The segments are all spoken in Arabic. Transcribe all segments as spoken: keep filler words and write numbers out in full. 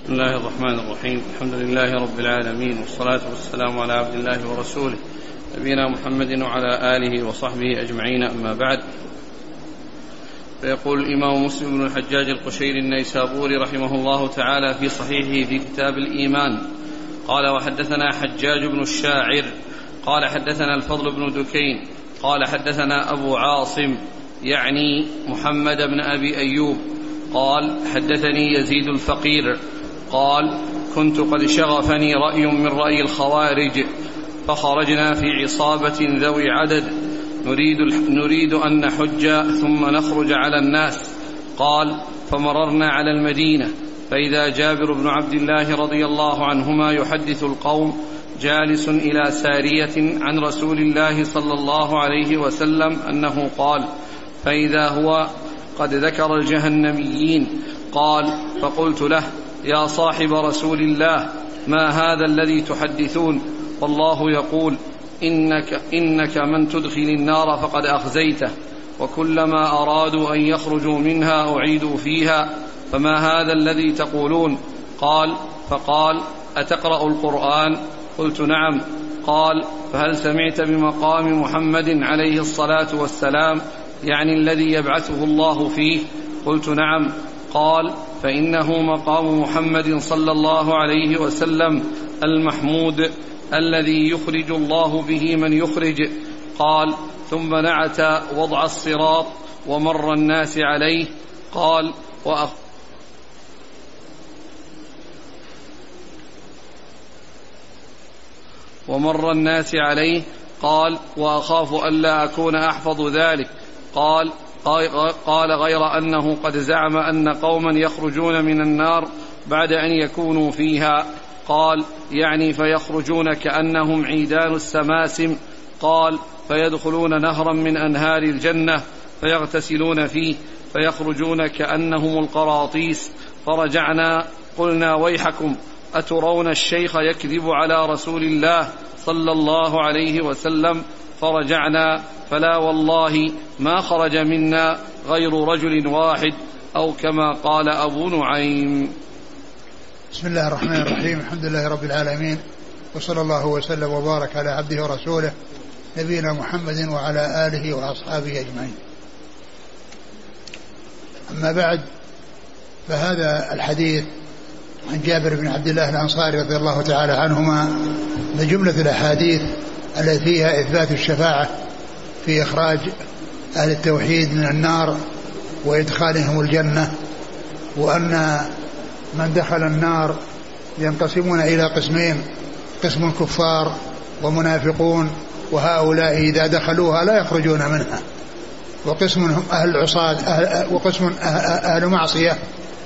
بسم الله الرحمن الرحيم. الحمد لله رب العالمين، والصلاة والسلام على عبد الله ورسوله نبينا محمد وعلى آله وصحبه أجمعين، أما بعد. فيقول الإمام مسلم بن الحجاج القشيري النيسابوري رحمه الله تعالى في صحيحه في كتاب الإيمان قال: وحدثنا حجاج بن الشاعر قال حدثنا الفضل بن دكين قال حدثنا أبو عاصم يعني محمد بن أبي أيوب قال حدثني يزيد الفقير قال: كنت قد شغفني رأي من رأي الخوارج، فخرجنا في عصابة ذوي عدد نريد, نريد أن نحج ثم نخرج على الناس. قال: فمررنا على المدينة فإذا جابر بن عبد الله رضي الله عنهما يحدث القوم جالس إلى سارية عن رسول الله صلى الله عليه وسلم أنه قال: فإذا هو قد ذكر الجهنميين. قال: فقلت له: يا صاحب رسول الله، ما هذا الذي تحدثون؟ والله يقول: إنك, إنك من تدخل النار فقد أخزيته، وكلما أرادوا أن يخرجوا منها أعيدوا فيها، فما هذا الذي تقولون؟ قال: فقال: أتقرأ القرآن؟ قلت: نعم. قال: فهل سمعت بمقام محمد عليه الصلاة والسلام، يعني الذي يبعثه الله فيه؟ قلت: نعم. قال: فإنه مقام محمد صلى الله عليه وسلم المحمود الذي يخرج الله به من يخرج. قال: ثم نعت وضع الصراط ومر الناس عليه. قال: وأخ ومر الناس عليه قال: وأخاف ألا أكون أحفظ ذلك. قال: قال: غير أنه قد زعم أن قوما يخرجون من النار بعد أن يكونوا فيها. قال: يعني فيخرجون كأنهم عيدان السماسم. قال: فيدخلون نهرا من أنهار الجنة فيغتسلون فيه فيخرجون كأنهم القراطيس. فرجعنا قلنا: ويحكم، أترون الشيخ يكذب على رسول الله صلى الله عليه وسلم؟ فرجعنا فلا والله ما خرج منا غير رجل واحد، أو كما قال أبو نعيم. بسم الله الرحمن الرحيم. الحمد لله رب العالمين، وصلى الله وسلم وبارك على عبده ورسوله نبينا محمد وعلى آله وأصحابه أجمعين. أما بعد، فهذا الحديث عن جابر بن عبد الله الأنصاري رضي الله تعالى عنهما من جملة الأحاديث التي فيها إثبات الشفاعة في إخراج أهل التوحيد من النار وإدخالهم الجنة، وأن من دخل النار ينقسمون إلى قسمين: قسم كفار ومنافقون، وهؤلاء إذا دخلوها لا يخرجون منها، وقسم هم أهل العصاة أهل وقسم أهل معصية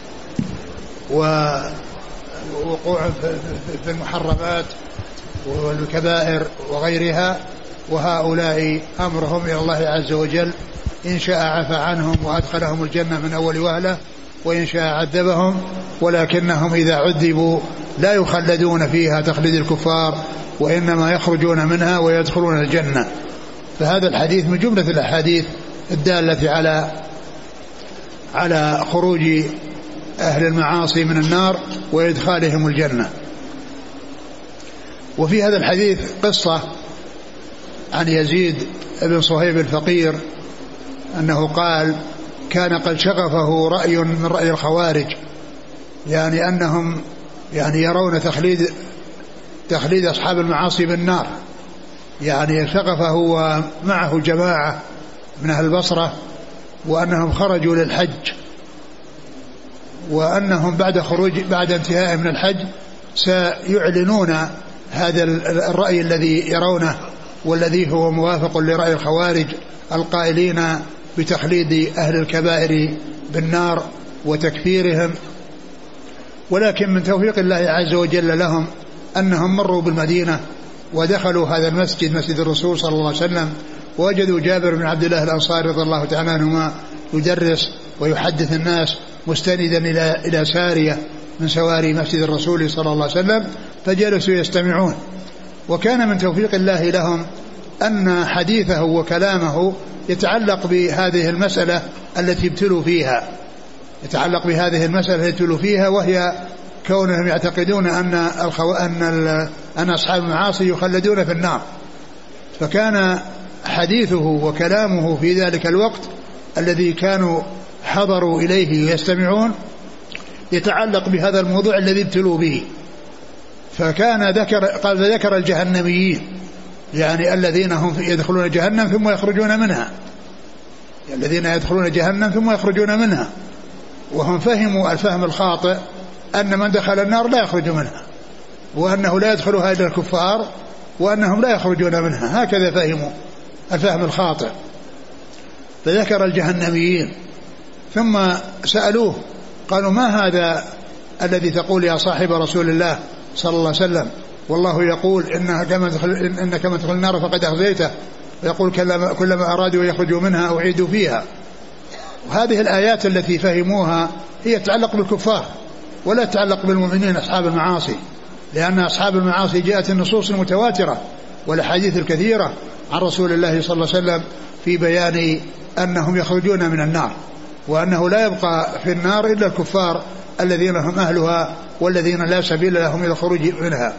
ووقوع في المحرمات والكبائر وغيرها، وهؤلاء أمرهم إلى الله عز وجل، إن شاء عفى عنهم وأدخلهم الجنة من أول وهلة، وإن شاء عذبهم، ولكنهم إذا عذبوا لا يخلدون فيها تخليد الكفار، وإنما يخرجون منها ويدخلون الجنة. فهذا الحديث من جملة الأحاديث الدالة على على خروج أهل المعاصي من النار وإدخالهم الجنة. وفي هذا الحديث قصة عن يزيد بن صهيب الفقير أنه قال: كان قد شغفه رأي من رأي الخوارج، يعني أنهم يعني يرون تخليد تخليد أصحاب المعاصي بالنار، يعني شغفه ومعه جماعة من أهل البصرة، وأنهم خرجوا للحج، وأنهم بعد خروج بعد انتهاء من الحج سيعلنون هذا الرأي الذي يرونه، والذي هو موافق لرأي الخوارج القائلين بتخليد أهل الكبائر بالنار وتكفيرهم. ولكن من توفيق الله عز وجل لهم أنهم مروا بالمدينة ودخلوا هذا المسجد، مسجد الرسول صلى الله عليه وسلم، ووجدوا جابر بن عبد الله الأنصاري رضي الله تعالى عنهما يدرس ويحدث الناس مستندا إلى إلى سارية من سواري مسجد الرسول صلى الله عليه وسلم، فجلسوا يستمعون. وكان من توفيق الله لهم أن حديثه وكلامه يتعلق بهذه المسألة التي ابتلوا فيها، يتعلق بهذه المسألة التي ابتلوا فيها، وهي كونهم يعتقدون أن, الخو... أن, ال... أن أصحاب المعاصي يخلدون في النار. فكان حديثه وكلامه في ذلك الوقت الذي كانوا حضروا إليه يستمعون يتعلق بهذا الموضوع الذي ابتلوا به. فكان ذكر قال فذكر الجهنميين، يعني الذين هم يدخلون جهنم ثم يخرجون منها، الذين يدخلون جهنم ثم يخرجون منها، وهم فهموا الفهم الخاطئ أن من دخل النار لا يخرج منها، وأنه لا يدخلها إلا الكفار، وأنهم لا يخرجون منها، هكذا فهموا الفهم الخاطئ. فذكر الجهنميين ثم سألوه قالوا ما هذا الذي تقول يا صاحب رسول الله صلى الله عليه وسلم والله يقول إنك من تدخل إنك من تدخل النار فقد أخزيته، ويقول كلما أرادوا يخرجوا منها أعيدوا فيها. وهذه الآيات التي فهموها هي تتعلق بالكفار ولا تتعلق بالمؤمنين أصحاب المعاصي، لأن أصحاب المعاصي جاءت النصوص المتواترة والأحاديث الكثيرة عن رسول الله صلى الله عليه وسلم في بيان أنهم يخرجون من النار، وأنه لا يبقى في النار إلا الكفار الذين هم أهلها والذين لا سبيل لهم إلى الخروج منها.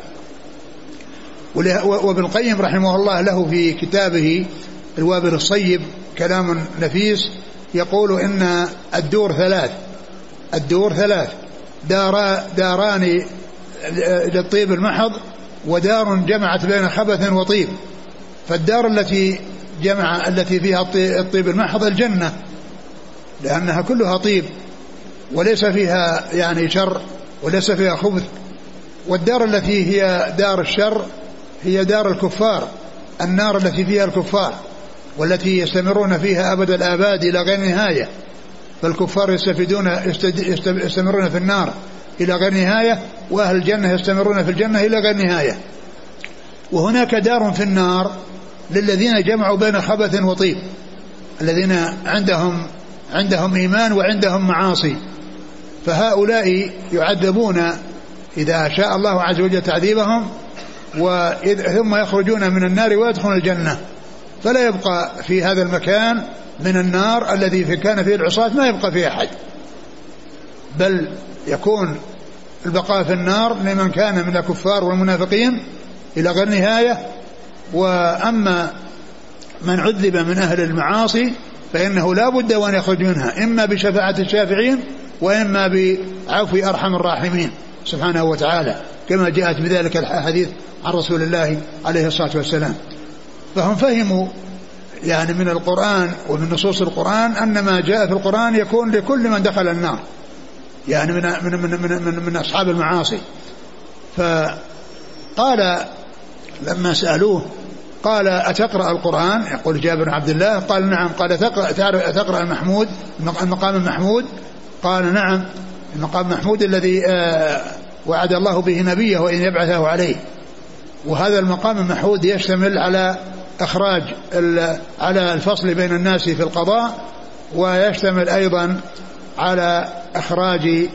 وابن القيم رحمه الله له في كتابه الوابل الصيب كلام نفيس، يقول إن الدور ثلاث الدور ثلاث دار داران للطيب المحض ودار جمعت بين خبث وطيب. فالدار التي جمع التي فيها الطيب المحض الجنة، لأنها كلها طيب وليس فيها يعني شر وليس فيها خبث. والدار التي هي دار الشر هي دار الكفار، النار التي فيها الكفار والتي يستمرون فيها أبد الآباد إلى غير نهاية. فالكفار يستفيدون يستمرون في النار إلى غير نهاية، وأهل الجنة يستمرون في الجنة إلى غير نهاية. وهناك دار في النار للذين جمعوا بين خبث وطيب، الذين عندهم عندهم إيمان وعندهم معاصي، فهؤلاء يعذبون إذا شاء الله عز وجل تعذيبهم، ثم يخرجون من النار ويدخلون الجنة، فلا يبقى في هذا المكان من النار الذي كان فيه العصاة ما يبقى فيه أحد، بل يكون البقاء في النار لمن كان من الكفار والمنافقين إلى غير نهاية. وأما من عذب من أهل المعاصي فإنه لا بد وأن يخرج منها، إما بشفاعة الشافعين وإما بعفو أرحم الراحمين سبحانه وتعالى، كما جاءت بذلك الحديث عن رسول الله عليه الصلاة والسلام. فهم فهموا يعني من القرآن ومن نصوص القرآن أن ما جاء في القرآن يكون لكل من دخل النار، يعني من من من من, من, من أصحاب المعاصي. فقال لما سألوه قال أتقرأ القرآن؟ يقول جابر بن عبد الله قال نعم. قال تقرأ المحمود المقام المحمود؟ قال نعم، المقام المحمود الذي وعد الله به نبيه وإن يبعثه عليه. وهذا المقام المحمود يشتمل على إخراج على الفصل بين الناس في القضاء، ويشتمل أيضا على إخراج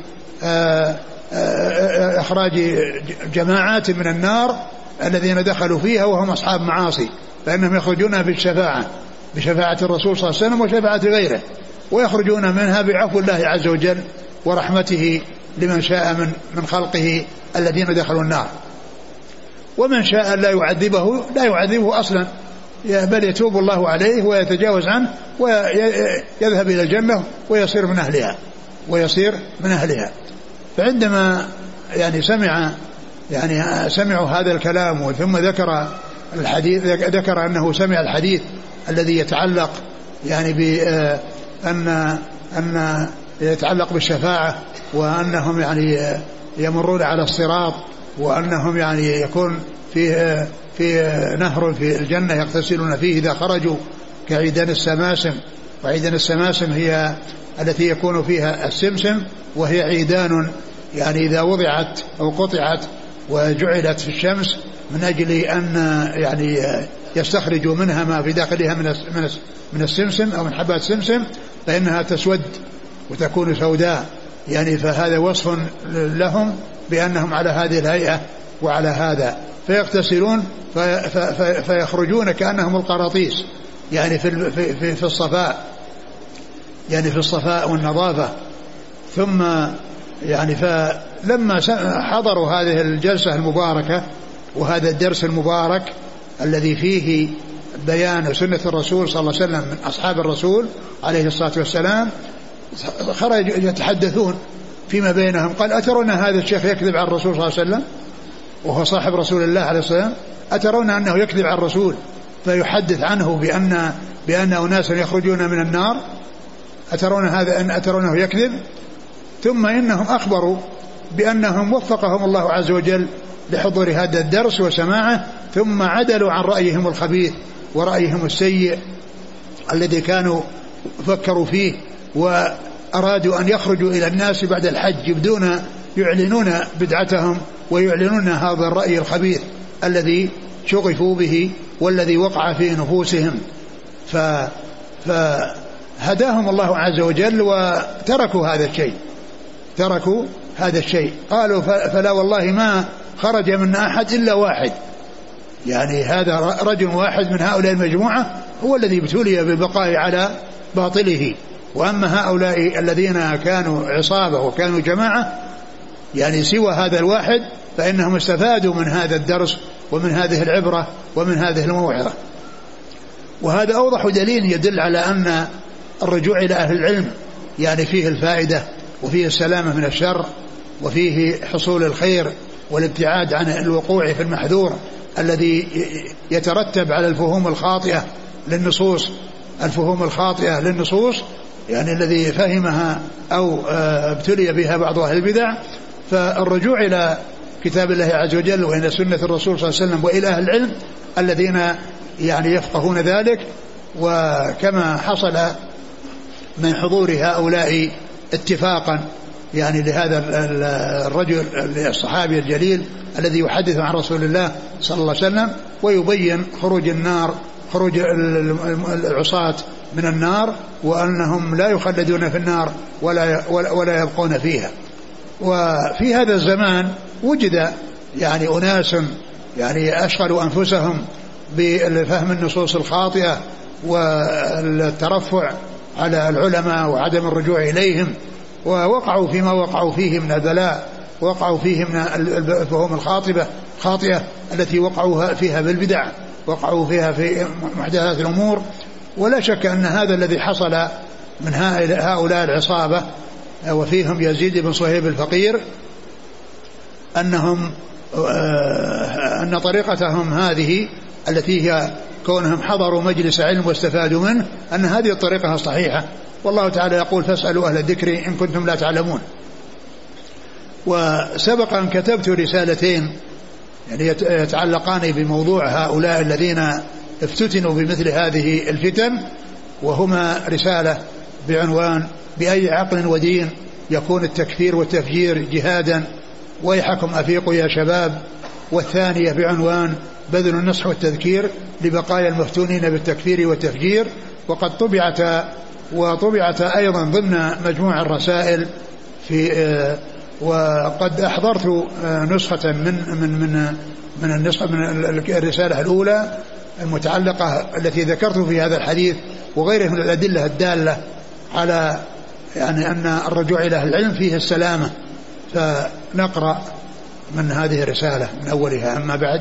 إخراج جماعات من النار الذين دخلوا فيها وهم أصحاب معاصي، فإنهم يخرجونها بالشفاعة بشفاعة الرسول صلى الله عليه وسلم وشفاعة غيره، ويخرجون منها بعفو الله عز وجل ورحمته لمن شاء من من خلقه الذين دخلوا النار. ومن شاء لا يعذبه لا يعذبه أصلا، بل يتوب الله عليه ويتجاوز عنه ويذهب إلى الجنة ويصير من أهلها ويصير من أهلها. فعندما يعني سمع يعني سمعوا هذا الكلام ثم ذكر الحديث، ذكر أنه سمع الحديث الذي يتعلق يعني بأن أن يتعلق بالشفاعة، وأنهم يعني يمرون على الصراط، وأنهم يعني يكون فيه في نهر في الجنة يغتسلون فيه إذا خرجوا كعيدان السماسم. وعيدان السماسم هي التي يكون فيها السمسم، وهي عيدان يعني إذا وضعت أو قطعت وجعلت في الشمس من أجل أن يعني يستخرجوا منها ما في داخلها من من السمسم أو من حبات السمسم، فإنها تسود وتكون سوداء، يعني فهذا وصف لهم بأنهم على هذه الهيئة وعلى هذا، فيغتسلون فيخرجون كأنهم القراطيس، يعني في في في الصفاء، يعني في الصفاء والنظافة. ثم يعني لما حضروا هذه الجلسة المباركة وهذا الدرس المبارك الذي فيه بيان سنة الرسول صلى الله عليه وسلم من أصحاب الرسول عليه الصلاة والسلام، خرج يتحدثون فيما بينهم، قال أترون هذا الشيخ يكذب على الرسول صلى الله عليه وسلم وهو صاحب رسول الله عليه الصلاة والسلام؟ أترون أنه يكذب على الرسول فيحدث عنه بأن بأن أناس يخرجون من النار؟ أترون هذا أن أترونه يكذب؟ ثم إنهم أخبروا بأنهم وفقهم الله عز وجل لحضور هذا الدرس وسماعه، ثم عدلوا عن رأيهم الخبيث ورأيهم السيء الذي كانوا فكروا فيه، وأرادوا أن يخرجوا إلى الناس بعد الحج يبدون يعلنون بدعتهم ويعلنون هذا الرأي الخبيث الذي شغفوا به والذي وقع في نفوسهم. ف... فهداهم الله عز وجل وتركوا هذا الشيء تركوا هذا الشيء قالوا فلا والله ما خرج منا أحد إلا واحد، يعني هذا رجل واحد من هؤلاء المجموعة هو الذي ابتلي بالبقاء على باطله، وأما هؤلاء الذين كانوا عصابة وكانوا جماعة يعني سوى هذا الواحد فإنهم استفادوا من هذا الدرس ومن هذه العبرة ومن هذه الموعظة. وهذا أوضح دليل يدل على أن الرجوع إلى أهل العلم يعني فيه الفائدة وفيه السلامة من الشر وفيه حصول الخير والابتعاد عن الوقوع في المحذور الذي يترتب على الفهوم الخاطئة للنصوص الفهوم الخاطئة للنصوص يعني الذي فهمها أو ابتلي بها بعض أهل البدع. فالرجوع إلى كتاب الله عز وجل وإلى سنة الرسول صلى الله عليه وسلم وإلى أهل العلم الذين يعني يفقهون ذلك، وكما حصل من حضور هؤلاء اتفاقا يعني لهذا الرجل الصحابي الجليل الذي يحدث عن رسول الله صلى الله عليه وسلم ويبين خروج النار خروج العصاة من النار وأنهم لا يخلدون في النار ولا ولا يبقون فيها. وفي هذا الزمان وجد يعني أناس يعني أشغلوا أنفسهم بفهم النصوص الخاطئة والترفع على العلماء وعدم الرجوع إليهم، ووقعوا فيما وقعوا فيه من البلاء، وقعوا فيه من الفهوم الخاطئة خاطئة التي وقعوا فيها بالبدع، وقعوا فيها في محدثات الأمور. ولا شك أن هذا الذي حصل من هؤلاء العصابة وفيهم يزيد بن صهيب الفقير أنهم أن طريقتهم هذه التي هي كونهم حضروا مجلس علم واستفادوا منه أن هذه الطريقة صحيحة، والله تعالى يقول فاسألوا أهل الذكر إن كنتم لا تعلمون. وسبق أن كتبت رسالتين يعني يتعلقان بموضوع هؤلاء الذين افتتنوا بمثل هذه الفتن، وهما رسالة بعنوان بأي عقل ودين يكون التكفير والتفجير جهادا ويحكم أفيقوا يا شباب، والثانية بعنوان بذل النصح والتذكير لبقايا المفتونين بالتكفير والتفجير. وقد طبعت وطبعت أيضا ضمن مجموع الرسائل في وقد أحضرت نسخة من من من من النسخة من الرسالة الأولى المتعلقة التي ذكرت في هذا الحديث وغيره من الأدلة الدالة على يعني أن الرجوع إلى أهل العلم فيه السلامة. فنقرأ من هذه الرسالة من أولها. أما بعد،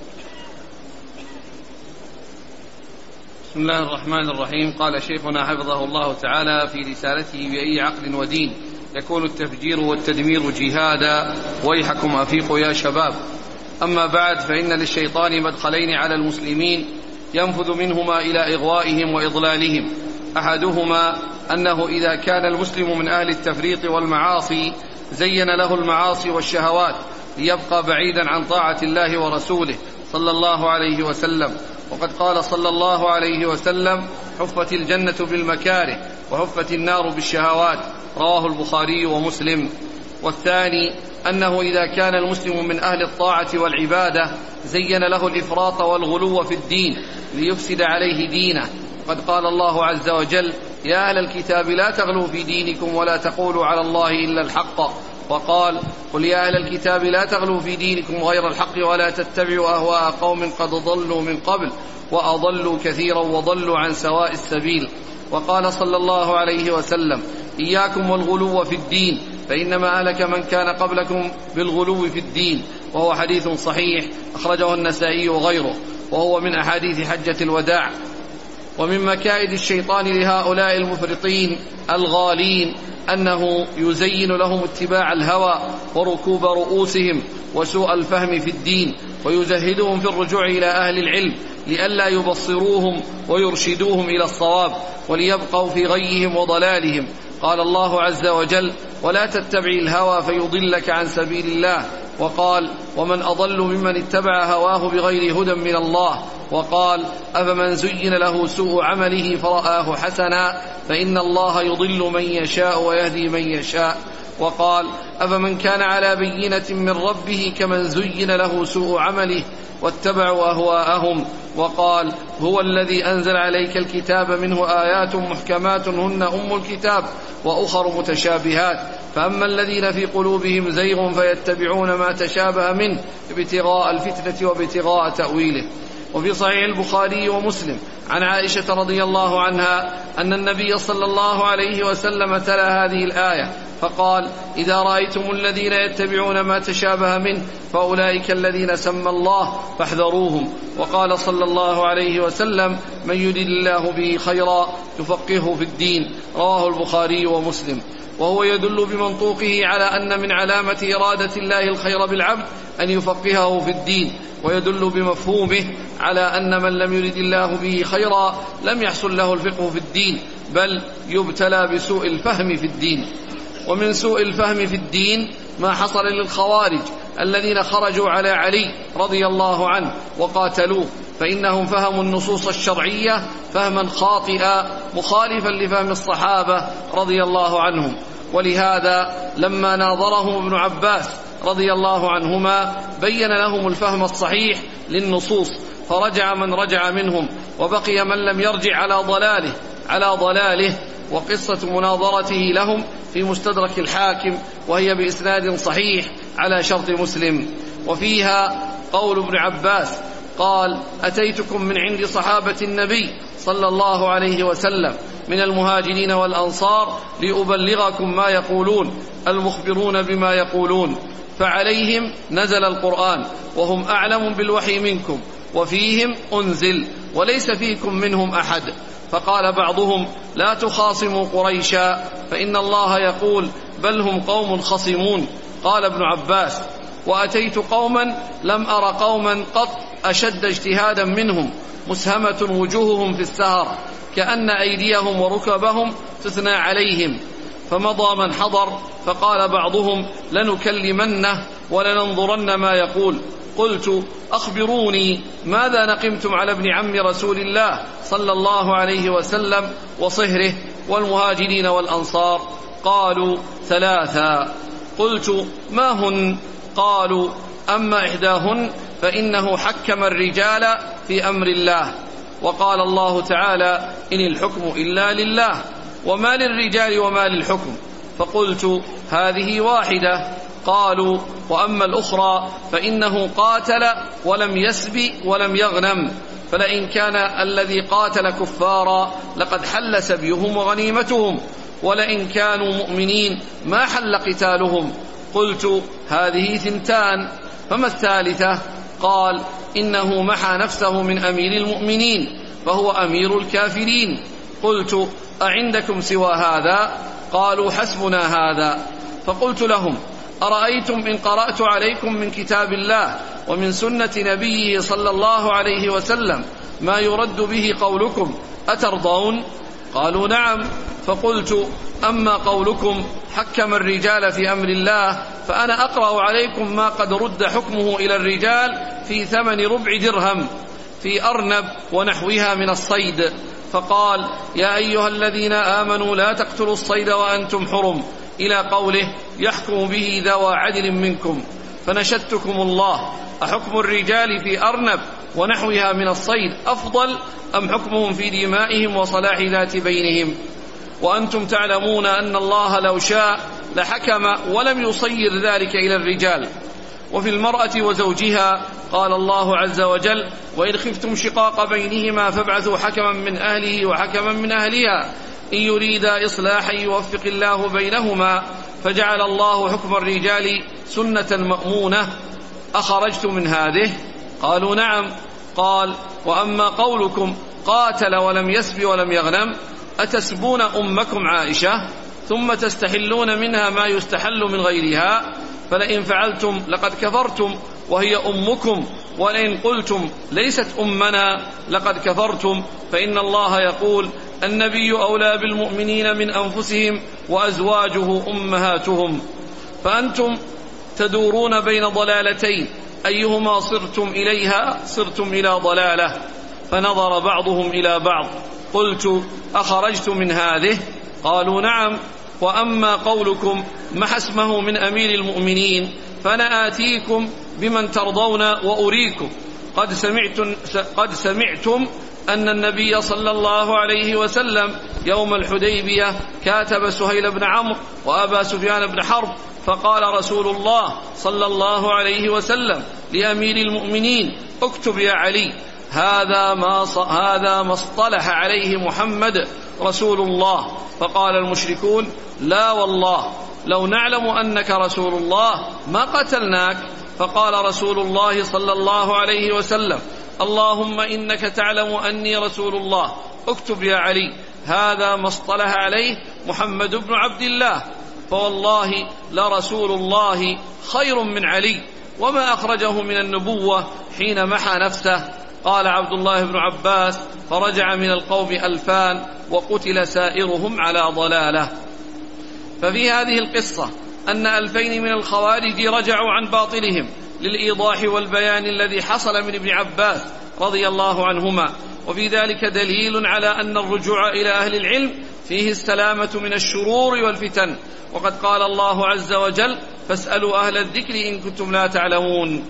بسم الله الرحمن الرحيم. قال شيخنا حفظه الله تعالى في رسالته بأي عقل ودين يكون التفجير والتدمير جهادا ويحكم أفيقوا يا شباب. أما بعد، فإن للشيطان مدخلين على المسلمين ينفذ منهما إلى إغوائهم وإضلالهم. أحدهما أنه إذا كان المسلم من أهل التفريط والمعاصي زين له المعاصي والشهوات ليبقى بعيدا عن طاعة الله ورسوله صلى الله عليه وسلم. وقد قال صلى الله عليه وسلم: حفت الجنة بالمكاره وحفت النار بالشهوات، رواه البخاري ومسلم. والثاني أنه إذا كان المسلم من أهل الطاعة والعبادة زين له الإفراط والغلو في الدين ليفسد عليه دينه. قد قال الله عز وجل: يا أهل الكتاب لا تغلوا في دينكم ولا تقولوا على الله إلا الحق. وقال: قل يا أهل الكتاب لا تغلوا في دينكم غير الحق ولا تتبعوا أهواء قوم قد ضلوا من قبل وأضلوا كثيرا وضلوا عن سواء السبيل. وقال صلى الله عليه وسلم: إياكم والغلو في الدين فإنما أهلك من كان قبلكم بالغلو في الدين. وهو حديث صحيح أخرجه النسائي وغيره، وهو من أحاديث حجة الوداع. ومن مكائد الشيطان لهؤلاء المفرطين الغالين أنه يزين لهم اتباع الهوى وركوب رؤوسهم وسوء الفهم في الدين، ويزهدهم في الرجوع إلى أهل العلم لئلا يبصروهم ويرشدوهم إلى الصواب وليبقوا في غيهم وضلالهم. قال الله عز وجل: ولا تتبع الهوى فيضلك عن سبيل الله. وقال: ومن أضل ممن اتبع هواه بغير هدى من الله. وقال: أفمن زين له سوء عمله فرآه حسنا فإن الله يضل من يشاء ويهدي من يشاء. وقال: أفمن كان على بينة من ربه كمن زين له سوء عمله واتبعوا أهواءهم. وقال: هو الذي أنزل عليك الكتاب منه آيات محكمات هن أم الكتاب وأخر متشابهات، فأما الذين في قلوبهم زيغ فيتبعون ما تشابه منه ابتغاء الفتنة وابتغاء تأويله. وفي صحيح البخاري ومسلم عن عائشة رضي الله عنها أن النبي صلى الله عليه وسلم تلا هذه الآية فقال: إذا رأيتم الذين يتبعون ما تشابه منه فأولئك الذين سمى الله فاحذروهم. وقال صلى الله عليه وسلم: من يرد الله به خيرا يفقهه في الدين. رواه البخاري ومسلم. وهو يدل بمنطوقه على أن من علامة إرادة الله الخير بالعبد أن يفقهه في الدين، ويدل بمفهومه على أن من لم يرد الله به خيرا لم يحصل له الفقه في الدين، بل يبتلى بسوء الفهم في الدين. ومن سوء الفهم في الدين ما حصل للخوارج الذين خرجوا على علي رضي الله عنه وقاتلوه، فإنهم فهموا النصوص الشرعية فهما خاطئا مخالفا لفهم الصحابة رضي الله عنهم. ولهذا لما ناظرهم ابن عباس رضي الله عنهما بين لهم الفهم الصحيح للنصوص، فرجع من رجع منهم وبقي من لم يرجع على ضلاله على ضلاله. وقصة مناظرته لهم في مستدرك الحاكم، وهي بإسناد صحيح على شرط مسلم. وفيها قول ابن عباس قال: أتيتكم من عند صحابة النبي صلى الله عليه وسلم من المهاجرين والأنصار لأبلغكم ما يقولون المخبرون بما يقولون، فعليهم نزل القرآن وهم أعلم بالوحي منكم، وفيهم أنزل وليس فيكم منهم أحد. فقال بعضهم: لا تخاصموا قريشا فإن الله يقول: بل هم قوم خصمون. قال ابن عباس: وأتيت قوما لم أر قوما قط أشد اجتهادا منهم، مسهمة وجوههم في السهر كأن أيديهم وركبهم تثنى عليهم. فمضى من حضر، فقال بعضهم: لنكلمنه ولننظرن ما يقول. قلت: أخبروني ماذا نقمتم على ابن عم رسول الله صلى الله عليه وسلم وصهره والمهاجرين والأنصار؟ قالوا: ثلاثا. قلت: ما هن؟ قالوا: أما إحداهن فإنه حكم الرجال في أمر الله، وقال الله تعالى: إن الحكم إلا لله، وما للرجال وما للحكم. فقلت: هذه واحدة. قالوا: وأما الأخرى فإنه قاتل ولم يسب ولم يغنم، فلئن كان الذي قاتل كفارا لقد حل سبيهم وغنيمتهم، ولئن كانوا مؤمنين ما حل قتالهم. قلت: هذه ثنتان، فما الثالثة؟ قال: إنه محى نفسه من أمير المؤمنين فهو أمير الكافرين. قلت: أعندكم سوى هذا؟ قالوا: حسبنا هذا. فقلت لهم: أرأيتم إن قرأت عليكم من كتاب الله ومن سنة نبيه صلى الله عليه وسلم ما يرد به قولكم أترضون؟ قالوا: نعم. فقلت: أما قولكم حكم الرجال في أمر الله، فأنا أقرأ عليكم ما قد رد حكمه إلى الرجال في ثمن ربع درهم في أرنب ونحوها من الصيد. فقال: يا أيها الذين آمنوا لا تقتلوا الصيد وأنتم حرم، إلى قوله: يحكم به ذوى عدل منكم. فنشدتكم الله، أحكم الرجال في أرنب ونحوها من الصيد أفضل أم حكمهم في دمائهم وصلاح ذات بينهم؟ وأنتم تعلمون أن الله لو شاء لحكم ولم يصير ذلك إلى الرجال. وفي المرأة وزوجها قال الله عز وجل: وإن خفتم شقاق بينهما فابعثوا حكما من أهله وحكما من أهلها إن يريدا إصلاحا يوفق الله بينهما، فجعل الله حكم الرجال سنة مأمونة، أخرجتم من هذه؟ قالوا نعم. قال: وأما قولكم قاتل ولم يسب ولم يغنم، أتسبون أمكم عائشة ثم تستحلون منها ما يستحل من غيرها؟ فلئن فعلتم لقد كفرتم وهي أمكم، ولئن قلتم ليست أمنا لقد كفرتم، فإن الله يقول: النبي أولى بالمؤمنين من أنفسهم وأزواجه أمهاتهم. فأنتم تدورون بين ضلالتين، أيهما صرتم إليها صرتم إلى ضلالة. فنظر بعضهم إلى بعض. قلت: أخرجتم من هذه؟ قالوا نعم. وأما قولكم محى اسمه من أمير المؤمنين، فأنا آتيكم بمن ترضون وأريكم. قد سمعتم, قد سمعتم أن النبي صلى الله عليه وسلم يوم الحديبية كاتب سهيل بن عمرو وأبا سفيان بن حرب، فقال رسول الله صلى الله عليه وسلم لأمير المؤمنين: اكتب يا علي، هذا ما هذا ما اصطلح عليه محمد رسول الله. فقال المشركون: لا والله، لو نعلم أنك رسول الله ما قتلناك. فقال رسول الله صلى الله عليه وسلم: اللهم إنك تعلم أني رسول الله، اكتب يا علي، هذا ما اصطلح عليه محمد بن عبد الله. فوالله لرسول الله خير من علي، وما أخرجه من النبوة حين محى نفسه. قال عبد الله بن عباس: فرجع من القوم ألفان وقتل سائرهم على ضلاله. ففي هذه القصة أن ألفين من الخوارج رجعوا عن باطلهم للإيضاح والبيان الذي حصل من ابن عباس رضي الله عنهما، وفي ذلك دليل على أن الرجوع إلى أهل العلم فيه السلامة من الشرور والفتن، وقد قال الله عز وجل: فاسألوا أهل الذكر إن كنتم لا تعلمون.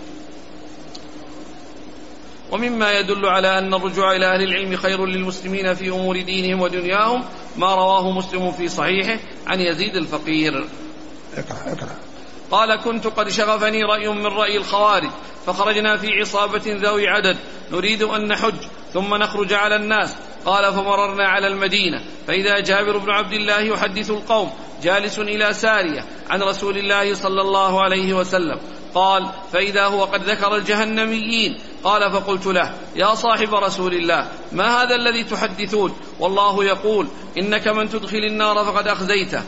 ومما يدل على أن الرجوع إلى أهل العلم خير للمسلمين في أمور دينهم ودنياهم ما رواه مسلم في صحيحه عن يزيد الفقير. اقرأ اقرأ. قال: كنت قد شغفني رأي من رأي الخوارج، فخرجنا في عصابة ذوي عدد نريد أن نحج ثم نخرج على الناس. قال: فمررنا على المدينة، فإذا جابر بن عبد الله يحدث القوم جالس إلى سارية عن رسول الله صلى الله عليه وسلم. قال: فإذا هو قد ذكر الجهنميين. قال: فقلت له: يا صاحب رسول الله، ما هذا الذي تحدثون؟ والله يقول: إنك من تدخل النار فقد أخزيته،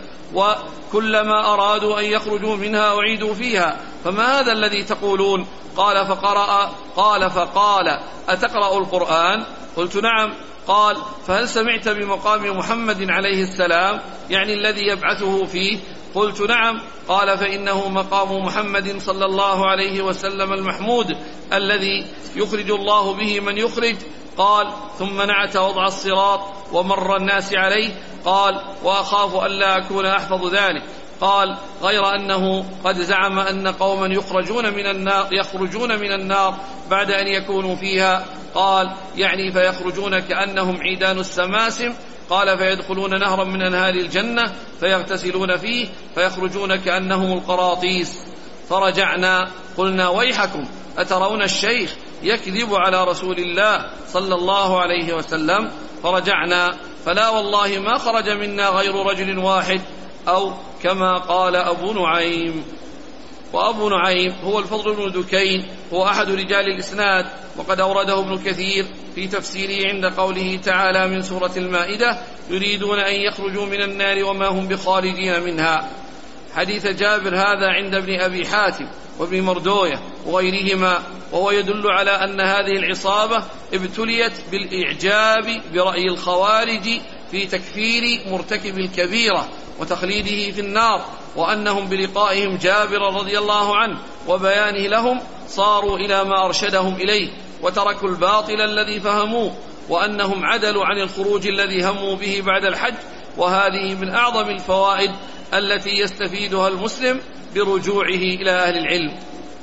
وكلما أرادوا أن يخرجوا منها أعيدوا فيها، فما هذا الذي تقولون؟ قال: فقرأ قال فقال: أتقرأ القرآن؟ قلت: نعم. قال: فهل سمعت بمقام محمد عليه السلام، يعني الذي يبعثه فيه؟ قلت: نعم. قال: فإنه مقام محمد صلى الله عليه وسلم المحمود الذي يخرج الله به من يخرج. قال: ثم نعت وضع الصراط ومر الناس عليه. قال: وأخاف أن لا أكون أحفظ ذلك. قال: غير أنه قد زعم أن قوما يخرجون من النار يخرجون من النار بعد أن يكونوا فيها. قال: يعني فيخرجون كأنهم عيدان السماسم. قال: فيدخلون نهرا من أنهار الجنة فيغتسلون فيه فيخرجون كأنهم القراطيس. فرجعنا قلنا: ويحكم، أترون الشيخ يكذب على رسول الله صلى الله عليه وسلم؟ فرجعنا، فلا والله ما خرج منا غير رجل واحد، أو كما قال أبو نعيم. وأبو نعيم هو الفضل بن دكين، هو أحد رجال الإسناد، وقد أورده ابن كثير في تفسيره عند قوله تعالى من سورة المائدة: يريدون أن يخرجوا من النار وما هم بخارجين منها. حديث جابر هذا عند ابن أبي حاتم وابن مردوية وغيرهما، وهو يدل على أن هذه العصابة ابتليت بالإعجاب برأي الخوارج في تكفير مرتكب الكبيرة وتخليده في النار، وأنهم بلقائهم جابر رضي الله عنه وبيانه لهم صاروا إلى ما أرشدهم إليه وتركوا الباطل الذي فهموه، وأنهم عدلوا عن الخروج الذي هموا به بعد الحج. وهذه من أعظم الفوائد التي يستفيدها المسلم برجوعه إلى أهل العلم.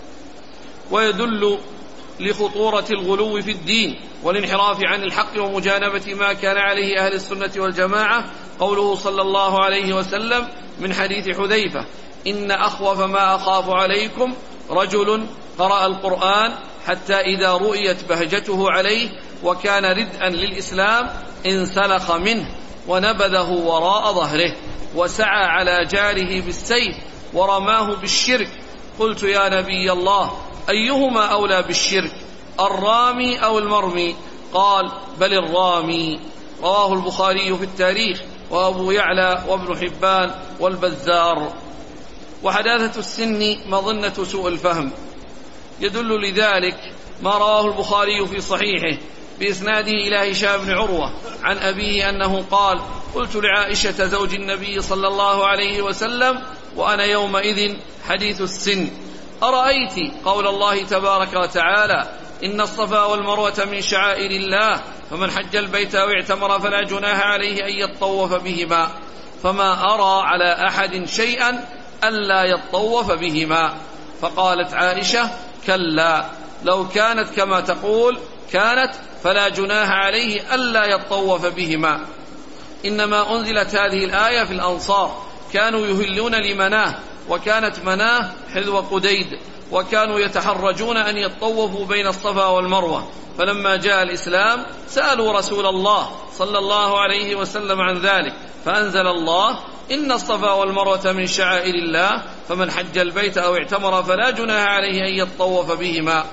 ويدل لخطورة الغلو في الدين والانحراف عن الحق ومجانبة ما كان عليه أهل السنة والجماعة قوله صلى الله عليه وسلم من حديث حذيفة: إن أخوف ما أخاف عليكم رجل قرأ القرآن حتى إذا رؤيت بهجته عليه وكان ردءا للإسلام انسلخ منه ونبذه وراء ظهره وسعى على جاره بالسيف ورماه بالشرك. قلت يا نبي الله أيهما أولى بالشرك، الرامي أو المرمي؟ قال بل الرامي. رواه البخاري في التاريخ وأبو يعلى وابن حبان والبزار. وحداثة السن مظنة سوء الفهم، يدل لذلك ما رواه البخاري في صحيحه بإسناده إلى هشام بن عروة عن أبيه أنه قال قلت لعائشة زوج النبي صلى الله عليه وسلم وأنا يومئذ حديث السن أرأيت قول الله تبارك وتعالى إن الصفا والمروة من شعائر الله فمن حج البيت أو اعتمر فلا جناح عليه أن يطوف بهما، فما أرى على أحد شيئا ألا يطوف بهما. فقالت عائشة كلا لو كانت كما تقول كانت فلا جناح عليه ألا يطوف بهما. إنما أنزلت هذه الآية في الأنصار، كانوا يهلون لمناه، وكانت مناه حذو قديد، وكانوا يتحرجون أن يطوفوا بين الصفا والمروة، فلما جاء الإسلام سألوا رسول الله صلى الله عليه وسلم عن ذلك، فأنزل الله إن الصفا والمروة من شعائر الله فمن حج البيت أو اعتمر فلا جناح عليه أن يطوف بهما.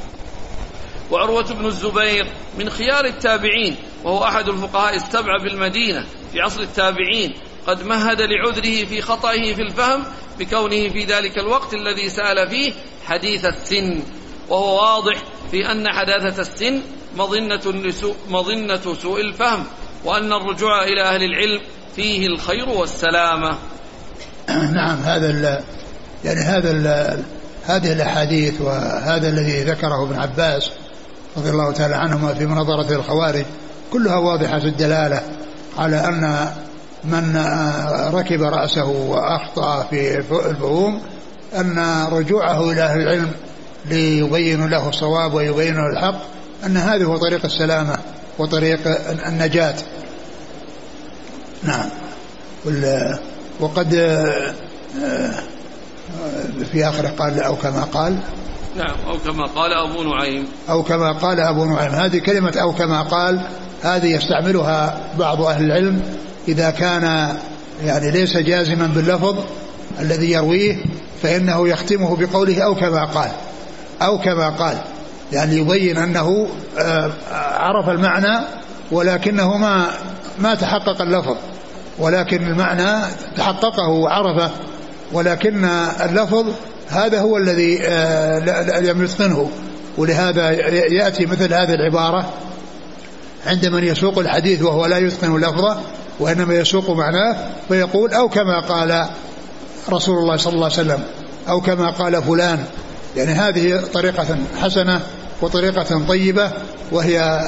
وعروة بن الزبير من خيار التابعين، وهو أحد الفقهاء السبعة بالمدينة في عصر التابعين، قد مهد لعذره في خطئه في الفهم بكونه في ذلك الوقت الذي سأل فيه حديث السن، وهو واضح في أن حداثة السن مظنة, لسوء مظنة سوء الفهم، وأن الرجوع إلى أهل العلم فيه الخير والسلامة. نعم، هذا ال يعني هذا ال هذه الأحاديث وهذا الذي ذكره ابن عباس رضي الله تعالى عنهما في مناظرة الخوارج كلها واضحة الدلالة على أن من ركب رأسه وأخطأ في الفهوم أن رجوعه إلى أهل العلم ليبين له الصواب ويبين له الحق، أن هذا هو طريق السلامة وطريق النجاة. نعم. وقد في آخر قال أو كما قال نعم أو كما قال أبو نعيم أو كما قال أبو نعيم. هذه كلمة أو كما قال هذه يستعملها بعض أهل العلم إذا كان يعني ليس جازما باللفظ الذي يرويه، فإنه يختمه بقوله أو كما قال أو كما قال، يعني يبين أنه عرف المعنى ولكنه ما ما تحقق اللفظ، ولكن المعنى تحققه وعرفه، ولكن اللفظ هذا هو الذي لم يتقنه. ولهذا يأتي مثل هذه العبارة عند من يسوق الحديث وهو لا يتقن لفظه وإنما يسوق معناه، فيقول أو كما قال رسول الله صلى الله عليه وسلم أو كما قال فلان. يعني هذه طريقة حسنة وطريقة طيبة، وهي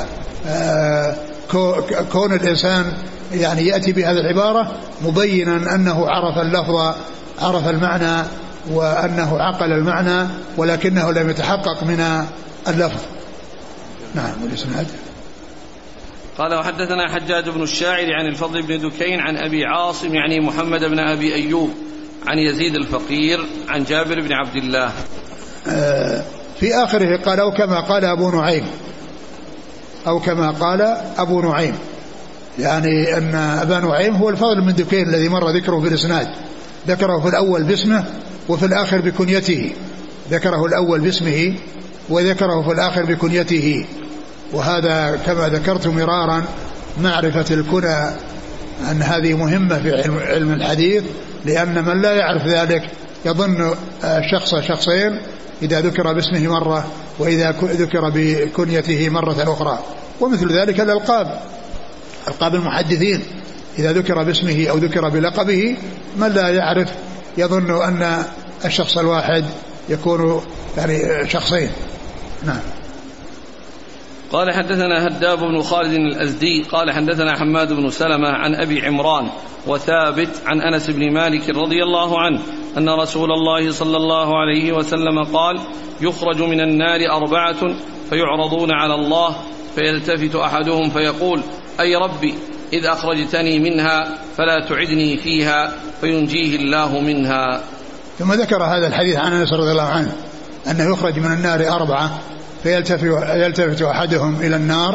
كون الإنسان يعني يأتي بهذه العبارة مبينا أنه عرف اللفظ عرف المعنى وأنه عقل المعنى ولكنه لم يتحقق من اللفظ. نعم. والإسناد قال وحدثنا حجاج بن الشاعر عن الفضل بن دكين عن أبي عاصم يعني محمد بن أبي أيوب عن يزيد الفقير عن جابر بن عبد الله. في آخره قال أو كما قال أبو نعيم أو كما قال أبو نعيم، يعني أن أبا نعيم هو الفضل بن دكين الذي مر ذكره في الإسناد، ذكره في الأول باسمه وفي الآخر بكنيته، ذكره الأول باسمه وذكره في الآخر بكنيته. وهذا كما ذكرت مرارا معرفة الكنى أن هذه مهمة في علم الحديث، لأن من لا يعرف ذلك يظن شخص شخصين إذا ذكر باسمه مرة وإذا ذكر بكنيته مرة أخرى. ومثل ذلك الألقاب، ألقاب المحدثين إذا ذكر باسمه أو ذكر بلقبه من لا يعرف يظن أن الشخص الواحد يكون يعني شخصين. نعم. قال حدثنا هداب بن خالد الأزدي قال حدثنا حماد بن سلمة عن أبي عمران وثابت عن أنس بن مالك رضي الله عنه أن رسول الله صلى الله عليه وسلم قال يخرج من النار أربعة فيعرضون على الله فيلتفت أحدهم فيقول أي ربي إذ أخرجتني منها فلا تعدني فيها فينجيه الله منها. ثم ذكر هذا الحديث عن أنس رضي الله عنه أنه يخرج من النار أربعة فيلتفت أحدهم إلى النار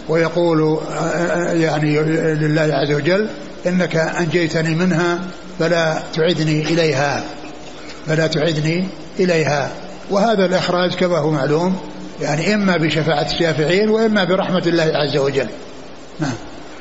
ويقول يعني لله عز وجل إنك أنجيتني منها فلا تعدني إليها فلا تعدني إليها. وهذا الإخراج كما هو معلوم يعني إما بشفاعة الشافعين وإما برحمة الله عز وجل. نعم.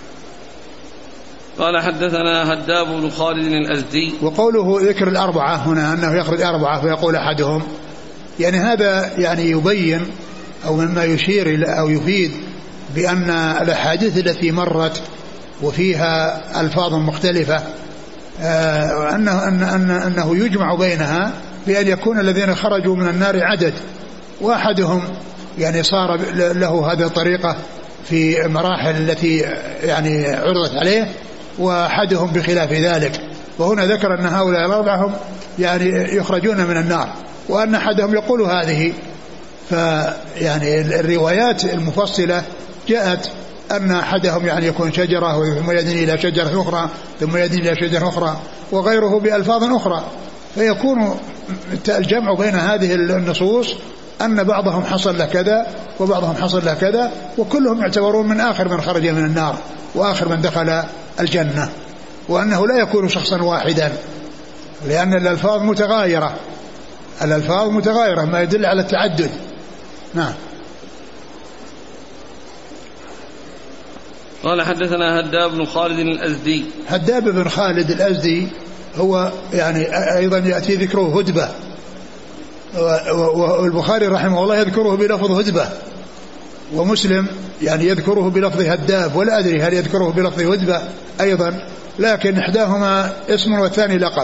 قال حدثنا هداب بن خالد الأزدي. وقوله ذكر الأربعة هنا أنه يخرج أربعة فيقول أحدهم يعني هذا يعني يبين أو مما يشير أو يفيد بأن الأحاديث التي مرت وفيها ألفاظ مختلفة آه أنه, أن أن أنه يجمع بينها بأن يكون الذين خرجوا من النار عدد وأحدهم يعني صار له هذه الطريقة في مراحل التي يعني عرضت عليه وأحدهم بخلاف ذلك. وهنا ذكر أن هؤلاء الأربعة يعني يخرجون من النار وأن أحدهم يقول هذه. فيعني الروايات المفصلة جاءت أن أحدهم يعني يكون شجرة ثم يدني إلى شجرة أخرى ثم يدني إلى شجرة أخرى وغيره بألفاظ أخرى. فيكون الجمع بين هذه النصوص أن بعضهم حصل له كذا وبعضهم حصل له كذا وكلهم يعتبرون من آخر من خرج من النار وآخر من دخل الجنة وأنه لا يكون شخصا واحدا لأن الألفاظ متغايرة الألفاظ متغايرة ما يدل على التعدد. نعم. قال حدثنا هداب بن خالد الأزدي. هداب بن خالد الأزدي هو يعني أيضا يأتي ذكره هدبة والبخاري رحمه الله يذكره بلفظ هدبة ومسلم يعني يذكره بلفظ هداب ولا أدري هل يذكره بلفظ هدبة أيضا لكن إحداهما اسم والثاني لقب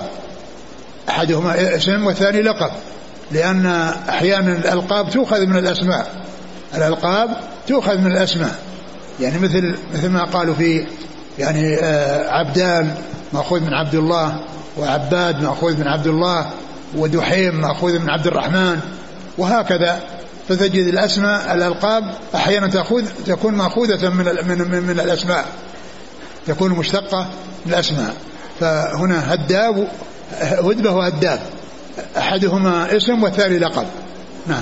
أحدهما اسم والثاني لقب لأن أحيانا الألقاب تؤخذ من الأسماء الألقاب تؤخذ من الأسماء يعني مثل مثل ما قالوا في يعني عبدان مأخوذ من عبد الله وعباد مأخوذ من عبد الله ودحيم مأخوذ من عبد الرحمن وهكذا. فتجد الأسماء الألقاب أحيانا تأخذ تكون مأخوذة من من من الأسماء تكون مشتقة من الأسماء. فهنا هداب هدبة وهداب أحدهما اسم والثاني لقب. نعم.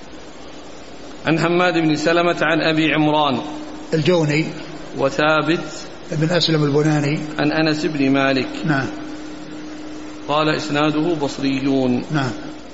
عن حماد بن سلمة عن أبي عمران الجوني وثابت بن أسلم البناني عن أنس بن مالك. نعم. قال إسناده بصريون. نعم.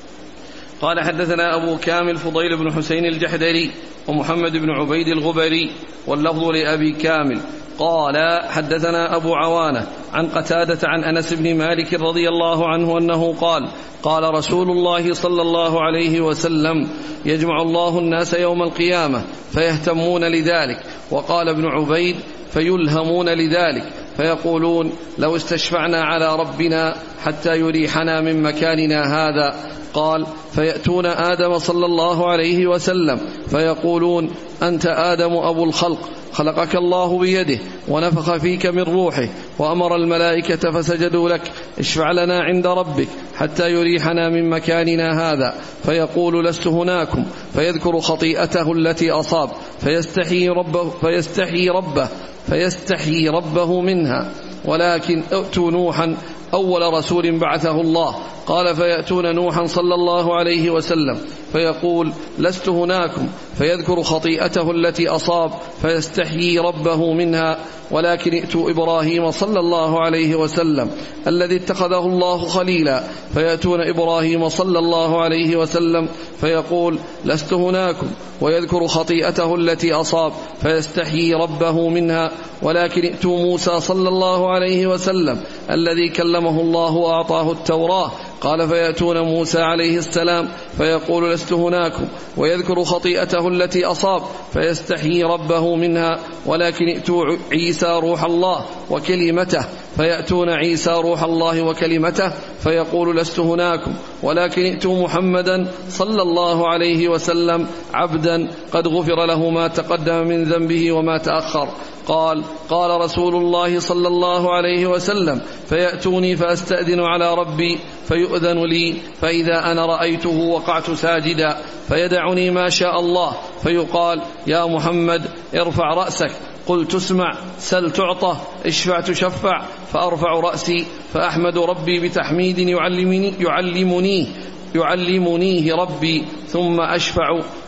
قال حدثنا أبو كامل فضيل بن حسين الجحدري ومحمد بن عبيد الغبري واللفظ لأبي كامل قال حدثنا أبو عوانة عن قتادة عن أنس بن مالك رضي الله عنه أنه قال قال رسول الله صلى الله عليه وسلم يجمع الله الناس يوم القيامة فيهتمون لذلك. وقال ابن عبيد فيلهمون لذلك فيقولون لو استشفعنا على ربنا حتى يريحنا من مكاننا هذا. قال فيأتون آدم صلى الله عليه وسلم فيقولون أنت آدم أبو الخلق خلقك الله بيده ونفخ فيك من روحه وأمر الملائكة فسجدوا لك اشفع لنا عند ربك حتى يريحنا من مكاننا هذا. فيقول لست هناكم فيذكر خطيئته التي أصاب فيستحي ربه فيستحي ربه فيستحي ربه منها ولكن ائتوا نوحا أول رسول بعثه الله. قال فيأتون نوحا صلى الله عليه وسلم فيقول لست هناكم فيذكر خطيئته التي أصاب فيستحيي ربه منها ولكن ائتوا إبراهيم صلى الله عليه وسلم الذي اتخذه الله خليلا فيأتون إبراهيم صلى الله عليه وسلم فيقول لست هناكم ويذكر خطيئته التي أصاب فيستحيي ربه منها ولكن ائتوا موسى صلى الله عليه وسلم الذي كلمه الله وأعطاه التوراة. قال فيأتون موسى عليه السلام فيقول لست هناكم ويذكر خطيئته التي أصاب فيستحيي ربه منها ولكن ائتوا عيسى روح الله وكلمته فيأتون عيسى روح الله وكلمته فيقول لست هناكم ولكن ائتوا محمدا صلى الله عليه وسلم عبدا قد غفر له ما تقدم من ذنبه وما تأخر. قال قال رسول الله صلى الله عليه وسلم فيأتوني فأستأذن على ربي فيؤذن لي فإذا أنا رأيته وقعت ساجدا فيدعني ما شاء الله فيقال يا محمد ارفع رأسك قلت اسمع سل تعطى اشفع تشفع فأرفع رأسي فأحمد ربي بتحميد يعلمني يعلمنيه يعلمنيه ربي ثم أشفع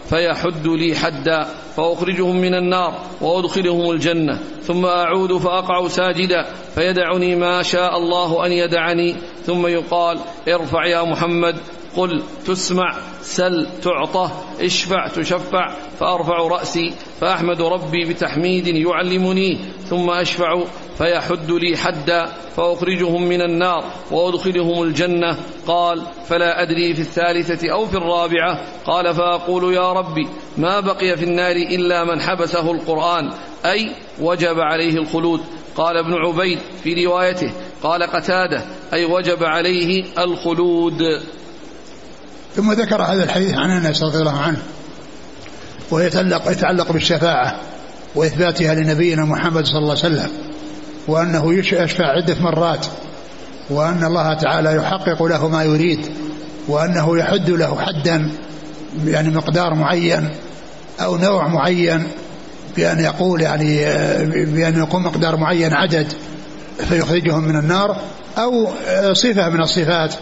فيحد لي حدا فأخرجهم من النار وأدخلهم الجنة، ثم أعود فأقع ساجدا فيدعني ما شاء الله أن يدعني، ثم يقال ارفع يا محمد، قل تسمع، سل تعطى، اشفع تشفع، فأرفع رأسي فأحمد ربي بتحميد يعلمني، ثم أشفع فيحد لي حدا فأخرجهم من النار وأدخلهم الجنة. قال فلا أدري في الثالثة أو في الرابعة. قال فأقول يا ربي ما بقي في النار إلا من حبسه القرآن، أي وجب عليه الخلود. قال ابن عبيد في روايته قال قتادة أي وجب عليه الخلود. ثم ذكر هذا الحديث عن أنس رضي الله عنه ويتعلق يتعلق بالشفاعة وإثباتها لنبينا محمد صلى الله عليه وسلم، وأنه يشفع عدة مرات، وأن الله تعالى يحقق له ما يريد، وأنه يحد له حدا يعني مقدار معين أو نوع معين، بأن يقول يعني بأن يكون مقدار معين عدد فيخرجهم من النار، أو صفة من الصفات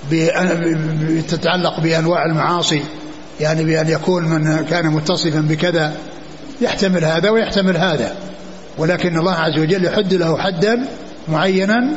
تتعلق بأنواع المعاصي، يعني بأن يكون من كان متصفا بكذا يحتمل هذا ويحتمل هذا، ولكن الله عز وجل يحد له حدا معينا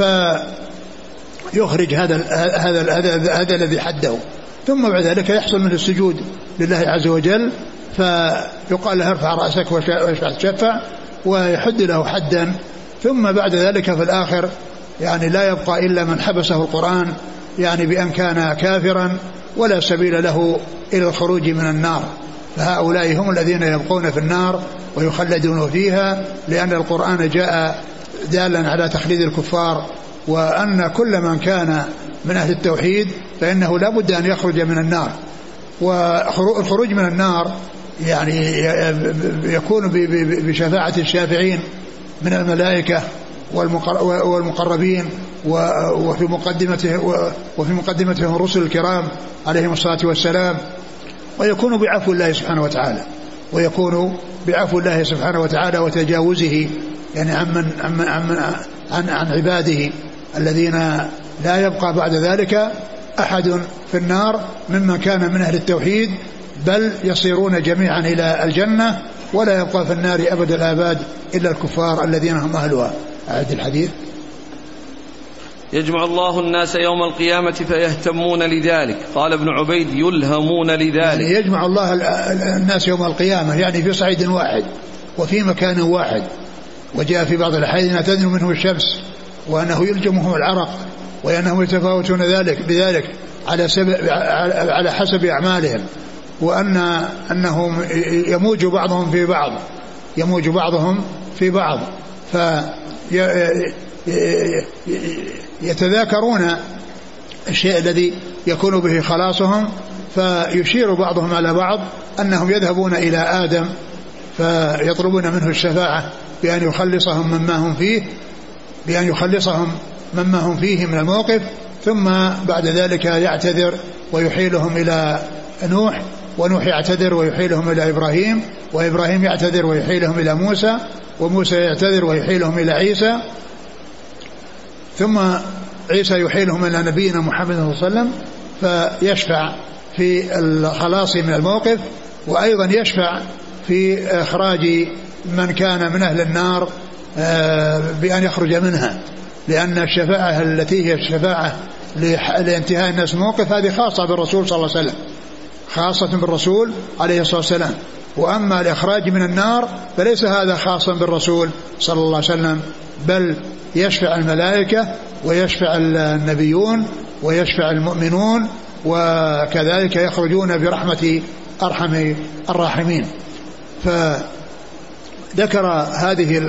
فيخرج هذا هذا هذا, هذا الذي حده، ثم بعد ذلك يحصل منه السجود لله عز وجل، فيقال له ارفع رأسك واشفع تشفع، ويحد له حدا، ثم بعد ذلك في الآخر يعني لا يبقى إلا من حبسه القرآن، يعني بأن كان كافرا ولا سبيل له إلى الخروج من النار، فهؤلاء هم الذين يبقون في النار ويخلدون فيها، لأن القرآن جاء دالا على تخليد الكفار، وأن كل من كان من أهل التوحيد فإنه لا بد أن يخرج من النار. والخروج من النار يعني يكون بشفاعة الشافعين من الملائكة والمقربين، وفي مقدمته وفي مقدمتهم الرسل الكرام عليهم الصلاة والسلام، ويكون بعفو الله سبحانه وتعالى ويكون بعفو الله سبحانه وتعالى وتجاوزه يعني عن عن عن, عن, عن عباده الذين لا يبقى بعد ذلك أحد في النار ممن كان من أهل التوحيد، بل يصيرون جميعا إلى الجنة، ولا يبقى في النار أبد الآباد إلا الكفار الذين هم أهلها. أعد الحديث. يجمع الله الناس يوم القيامة فيهتمون لذلك. قال ابن عبيد يلهمون لذلك، يعني يجمع الله الناس يوم القيامة يعني في صعيد واحد وفي مكان واحد، وجاء في بعض الأحاديث أن تدنو منه الشمس، وأنه يلجمهم العرق، وأنهم يتفاوتون ذلك بذلك على, على حسب أعمالهم، وأن أنهم يموج بعضهم في بعض يموج بعضهم في بعض فيتذاكرون الشيء الذي يكون به خلاصهم، فيشير بعضهم على بعض أنهم يذهبون إلى آدم فيطلبون منه الشفاعة بأن يخلصهم مما هم فيه بأن يخلصهم مما هم فيه من الموقف، ثم بعد ذلك يعتذر ويحيلهم إلى نوح، ونوح يعتذر ويحيلهم إلى إبراهيم، وإبراهيم يعتذر ويحيلهم إلى موسى، وموسى يعتذر ويحيلهم إلى عيسى، ثم عيسى يحيلهم إلى نبينا محمد صلى الله عليه وسلم فيشفع في الخلاص من الموقف، وأيضا يشفع في إخراج من كان من أهل النار بأن يخرج منها، لأن الشفاعة التي هي الشفاعة لانتهاء الناس من الموقف هذه خاصة بالرسول صلى الله عليه وسلم خاصة بالرسول عليه الصلاة والسلام، وأما الإخراج من النار فليس هذا خاصا بالرسول صلى الله عليه وسلم، بل يشفع الملائكة ويشفع النبيون ويشفع المؤمنون، وكذلك يخرجون برحمة أرحم الراحمين. فذكر هذه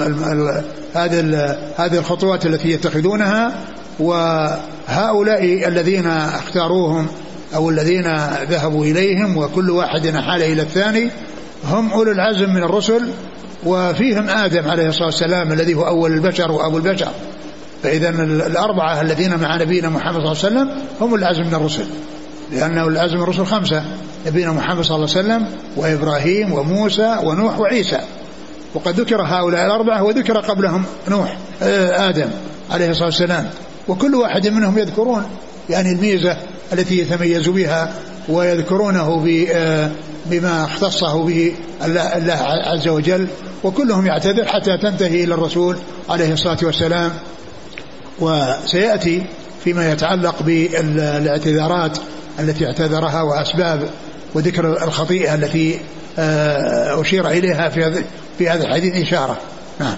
هذه هذه الخطوات التي يتخذونها، وهؤلاء الذين اختاروهم أو الذين ذهبوا إليهم وكل واحد حال إلى الثاني هم أولو العزم من الرسل، وفيهم آدم عليه الصلاة والسلام الذي هو أول البشر وأبو البشر، فإذا الأربعة الذين مع نبينا محمد صلى الله عليه وسلم هم العزم من الرسل، لأنه العزم من الرسل خمسة: نبينا محمد صلى الله عليه وسلم وإبراهيم وموسى ونوح وعيسى، وقد ذكر هؤلاء الأربعة وذكر قبلهم نوح آدم عليه الصلاة والسلام، وكل واحد منهم يذكرون يعني الميزة التي يتميز بها ويذكرونه بما اختصه به الله عز وجل، وكلهم يعتذر حتى تنتهي إلى الرسول عليه الصلاة والسلام. وسيأتي فيما يتعلق بالاعتذارات التي اعتذرها وأسباب وذكر الخطيئة التي أشير إليها في هذا الحديث إشارة. نعم.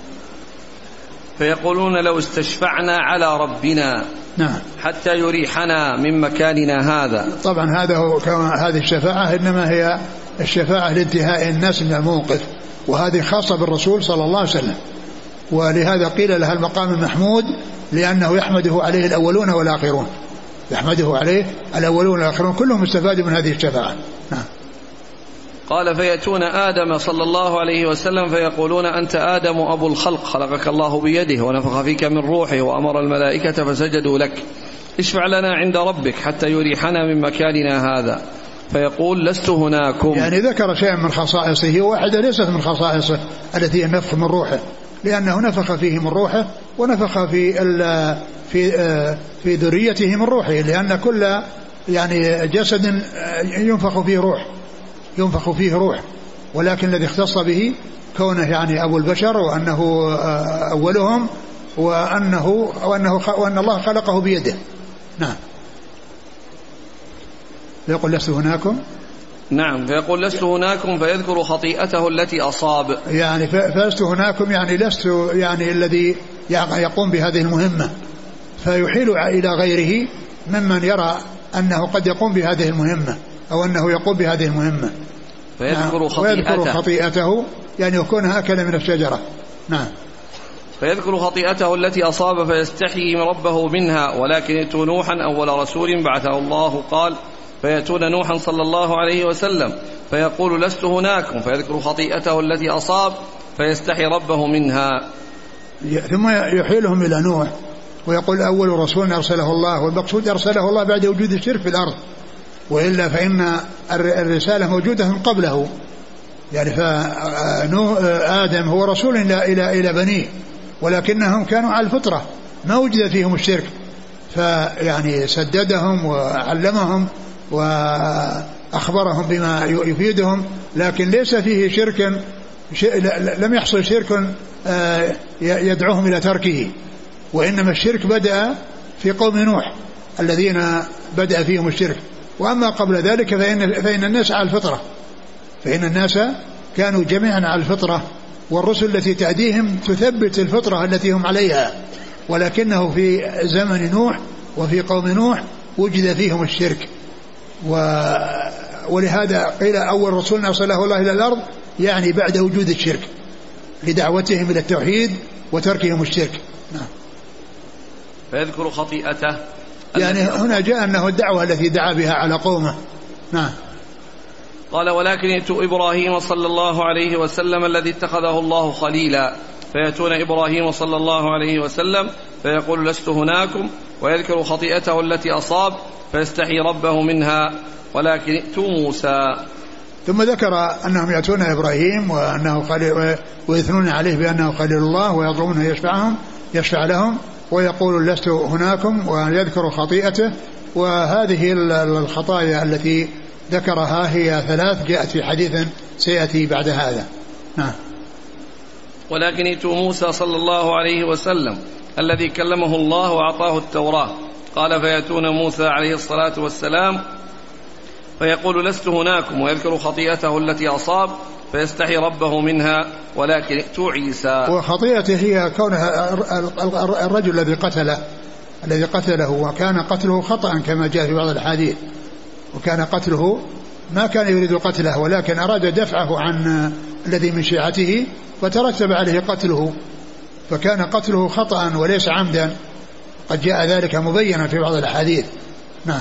فيقولون لو استشفعنا على ربنا نعم حتى يريحنا من مكاننا هذا. طبعا هذا هو هذه الشفاعة إنما هي الشفاعة لانتهاء الناس من الموقف، وهذه خاصة بالرسول صلى الله عليه وسلم، ولهذا قيل لها المقام المحمود لأنه يحمده عليه الأولون والآخرون، يحمده عليه الأولون والآخرون كلهم استفادوا من هذه الشفاعة. نعم. قال فيأتون آدم صلى الله عليه وسلم فيقولون أنت آدم أبو الخلق، خلقك الله بيده ونفخ فيك من روحه وأمر الملائكة فسجدوا لك، اشفع لنا عند ربك حتى يريحنا من مكاننا هذا. فيقول لست هناكم. يعني ذكر شيئا من خصائصه واحدة ليست من خصائصه التي النفخ من روحه، لأنه نفخ فيه من روحه ونفخ في في في ذريته من روحه، لأن كل يعني جسد ينفخ فيه روح ينفخ فيه روح، ولكن الذي اختص به كونه يعني أبو البشر وأنه أولهم وأنه وأنه وأن الله خلقه بيده. نعم. يقول لست هناكم. نعم. فيقول لست هناكم فيذكر خطيئته التي أصاب. يعني فلست هناكم يعني لست يعني الذي يقوم بهذه المهمة، فيحيل إلى غيره ممن يرى أنه قد يقوم بهذه المهمة أو أنه يقوم بهذه المهمة. فيذكر خطيئته. ويذكر خطيئته يعني يكونها أكل من الشجرة. نعم. فيذكر خطيئته التي أصاب فيستحيي ربه منها، ولكن ائتوا نوحا أول رسول بعثه الله قال فيأتون نوحا صلى الله عليه وسلم فيقول لست هناكم فيذكر خطيئته التي أصاب فيستحي ربه منها. ثم يحيلهم إلى نوح ويقول أول رسول أرسله الله، والمقصود أرسله الله بعد وجود الشرك في الأرض، وإلا فإن الرسالة موجودة من قبله، يعني فآدم هو رسول إلى إلى بنيه، ولكنهم كانوا على الفطرة ما وجد فيهم الشرك، فيعني سددهم وعلمهم وأخبرهم بما يفيدهم، لكن ليس فيه شرك، لم يحصل شرك يدعوهم إلى تركه، وإنما الشرك بدأ في قوم نوح الذين بدأ فيهم الشرك، وأما قبل ذلك فإن, فإن الناس على الفطرة، فإن الناس كانوا جميعا على الفطرة، والرسل التي تأتيهم تثبت الفطرة التي هم عليها، ولكنه في زمن نوح وفي قوم نوح وجد فيهم الشرك، و ولهذا قيل أول رسول أرسله الله إلى الأرض يعني بعد وجود الشرك لدعوتهم إلى التوحيد وتركهم الشرك. نعم. فيذكر خطيئته يعني هنا جاء أنه الدعوة التي دعا بها على قومه. نعم. قال ولكن ائتوا إبراهيم صلى الله عليه وسلم الذي اتخذه الله خليلا، فيأتون إبراهيم صلى الله عليه وسلم فيقول لست هناكم ويذكر خطيئته التي أصاب فيستحي ربه منها، ولكن ائتوا موسى. ثم ذكر أنهم يأتون إبراهيم وأنه خليل ويثنون عليه بأنه خليل الله ويطلبونه يشفعهم يشفع لهم، ويقول لست هناكم ويذكر خطيئته. وهذه الخطايا التي ذكرها هي ثلاث جاءت في حديث سيأتي بعد هذا. نعم. ولكن ائتوا موسى صلى الله عليه وسلم الذي كلمه الله وأعطاه التوراة. قال فيأتون موسى عليه الصلاة والسلام فيقول لست هناكم ويذكر خطيئته التي أصاب فيستحي ربه منها، ولكن ائتوا عيسى. وخطيئته هي كونها الرجل الذي قتله الذي قتله وكان قتله خطأ كما جاء في بعض الحديث، وكان قتله ما كان يريد قتله ولكن أراد دفعه عن الذي من شيعته فترتب عليه قتله، فكان قتله خطأ وليس عمدا، قد جاء ذلك مبينا في بعض الحديث. نعم.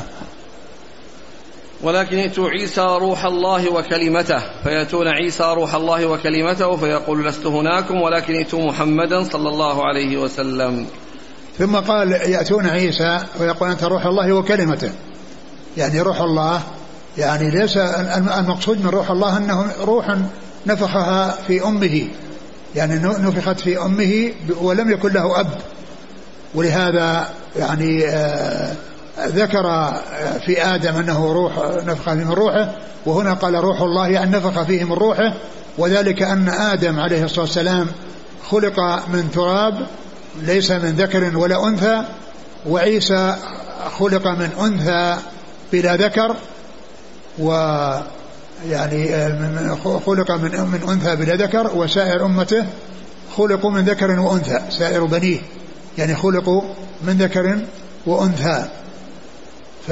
ولكن ائتوا عيسى روح الله وكلمته، فيأتون عيسى روح الله وكلمته فيقول لست هناكم ولكن ائتوا محمدا صلى الله عليه وسلم. ثم قال يأتون عيسى ويقول أنت روح الله وكلمته، يعني روح الله يعني ليس المقصود من روح الله أنه روح نفخها في أمه، يعني نفخت في أمه ولم يكن له أب، ولهذا يعني ذكر في آدم أنه روح نفخ فيه من روحه، وهنا قال روح الله يعني نفخ فيه من روحه، وذلك أن آدم عليه الصلاة والسلام خلق من تراب ليس من ذكر ولا أنثى، وعيسى خلق من أنثى بلا ذكر، ويعني خلق من من أنثى بلا ذكر، وسائر أمته خلقوا من ذكر وأنثى، سائر بنيه يعني خلقوا من ذكر وأنثى. ف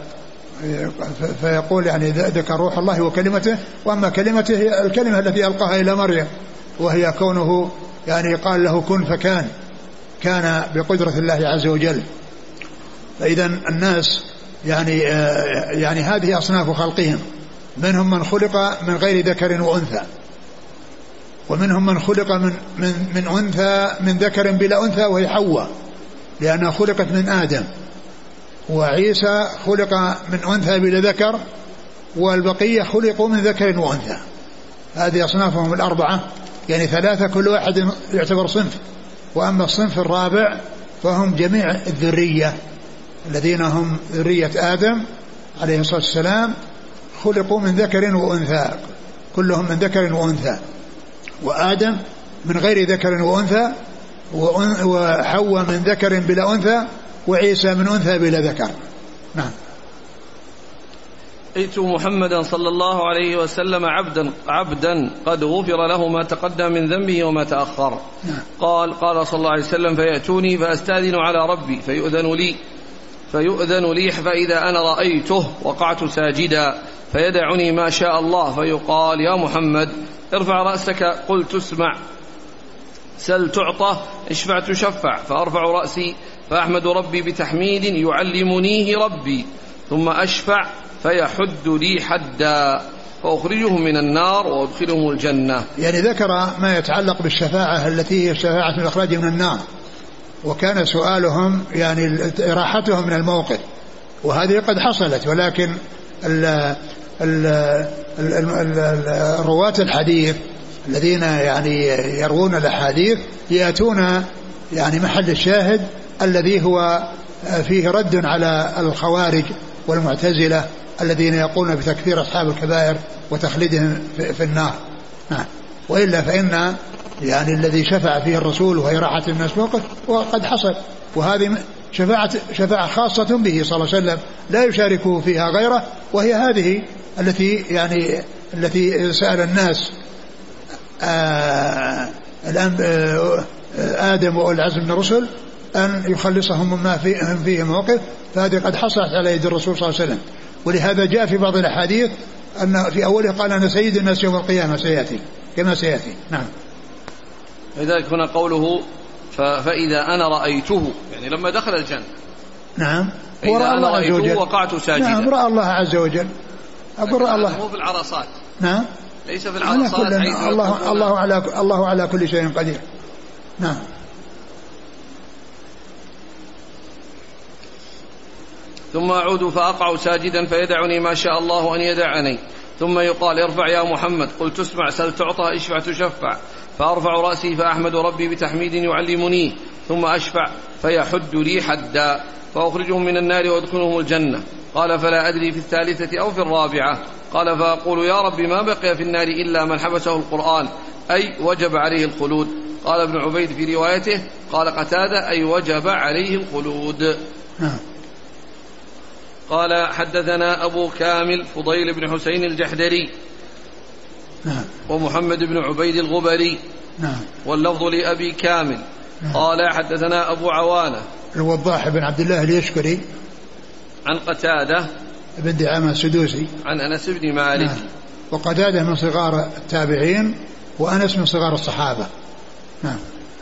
فيقول يعني ذكر روح الله وكلمته، وأما كلمته هي الكلمة التي ألقاها إلى مريم، وهي كونه يعني قال له كن فكان، كان بقدرة الله عز وجل. فإذا الناس يعني يعني هذه أصناف خلقهم، منهم من خلق من غير ذكر وأنثى، ومنهم من خلق من من من أنثى من ذكر بلا أنثى وهي حواء لأنها خلقت من آدم، وعيسى خلق من أنثى بلا ذكر، والبقية خلقوا من ذكر وأنثى. هذه أصنافهم الأربعة، يعني ثلاثة كل واحد يعتبر صنف، وأما الصنف الرابع فهم جميع الذرية الذين هم ذرية آدم عليه الصلاة والسلام، خلقوا من ذكر وأنثى، كلهم من ذكر وأنثى، وآدم من غير ذكر وأنثى، وحواء من ذكر بلا أنثى، وعيسى من أنثى بلا ذكر. نعم. ائت محمدا صلى الله عليه وسلم عبدا عبدا قد غفر له ما تقدم من ذنبه وما تأخر. نعم. قال قال صلى الله عليه وسلم فيأتوني فأستأذن على ربي فيؤذن لي فيؤذن لي فإذا أنا رأيته وقعت ساجدا فيدعني ما شاء الله فيقال يا محمد ارفع رأسك قلت اسمع سل تعطى اشفع تشفع فأرفع رأسي فأحمد ربي بتحميد يعلمنيه ربي ثم أشفع فيحد لي حدا فأخرجهم من النار وأدخلهم الجنة. يعني ذكر ما يتعلق بالشفاعة التي هي الشفاعة من الإخراج من النار، وكان سؤالهم يعني راحتهم من الموقف، وهذه قد حصلت، ولكن ال ال ال الرواة الحديث الذين يعني يروون الأحاديث يأتون يعني محل الشاهد الذي هو فيه رد على الخوارج والمعتزلة الذين يقولون بتكفير أصحاب الكبائر وتخليدهم في النار. نعم. وإلا فإن يعني الذي شفع فيه الرسول وهي راحة الناس موقف وقد حصل، وهذه شفاعة, شفاعة خاصة به صلى الله عليه وسلم لا يشاركه فيها غيره، وهي هذه التي يعني التي سأل الناس آه الآن آه آدم والعزم من الرسل أن يخلصهم مما فيه, فيه موقف، فهذه قد حصلت على يد الرسول صلى الله عليه وسلم. ولهذا جاء في بعض الأحاديث أن في أوله قال أنا سيد الناس يوم القيامة سيأتي كما سيأتي. نعم. لذلك هنا قوله فإذا أنا رأيته يعني لما دخل الجنة. نعم. فإذا أنا رأيته وقعت ساجدا. نعم. رأى الله عز وجل. أقول رأى الله. هو في العرصات. نعم. ليس في العرصات. الله الله على الله على كل شيء قدير. نعم. ثم أعود فأقع ساجدا فيدعني ما شاء الله أن يدعني ثم يقال ارفع يا محمد قلت اسمع سل تعطى اشفع تشفع فأرفع رأسي فأحمد ربي بتحميد يعلمنيه ثم أشفع فيحد لي حدا فأخرجهم من النار وأدخلهم الجنة. قال فلا أدري في الثالثة أو في الرابعة. قال فأقول يا رب ما بقي في النار إلا من حبسه القرآن أي وجب عليه الخلود. قال ابن عبيد في روايته قال قتادة أي وجب عليه الخلود. قال حدثنا أبو كامل فضيل بن حسين الجحدري نعم. ومحمد بن عبيد الغبري نعم. واللفظ لأبي كامل نعم. قال حدثنا أبو عوانة الوضاح بن عبد الله اليشكري عن قتادة بن دعامة السدوسي عن أنس بن مالك نعم. وقتادة من صغار التابعين وأنس من صغار الصحابة. نعم.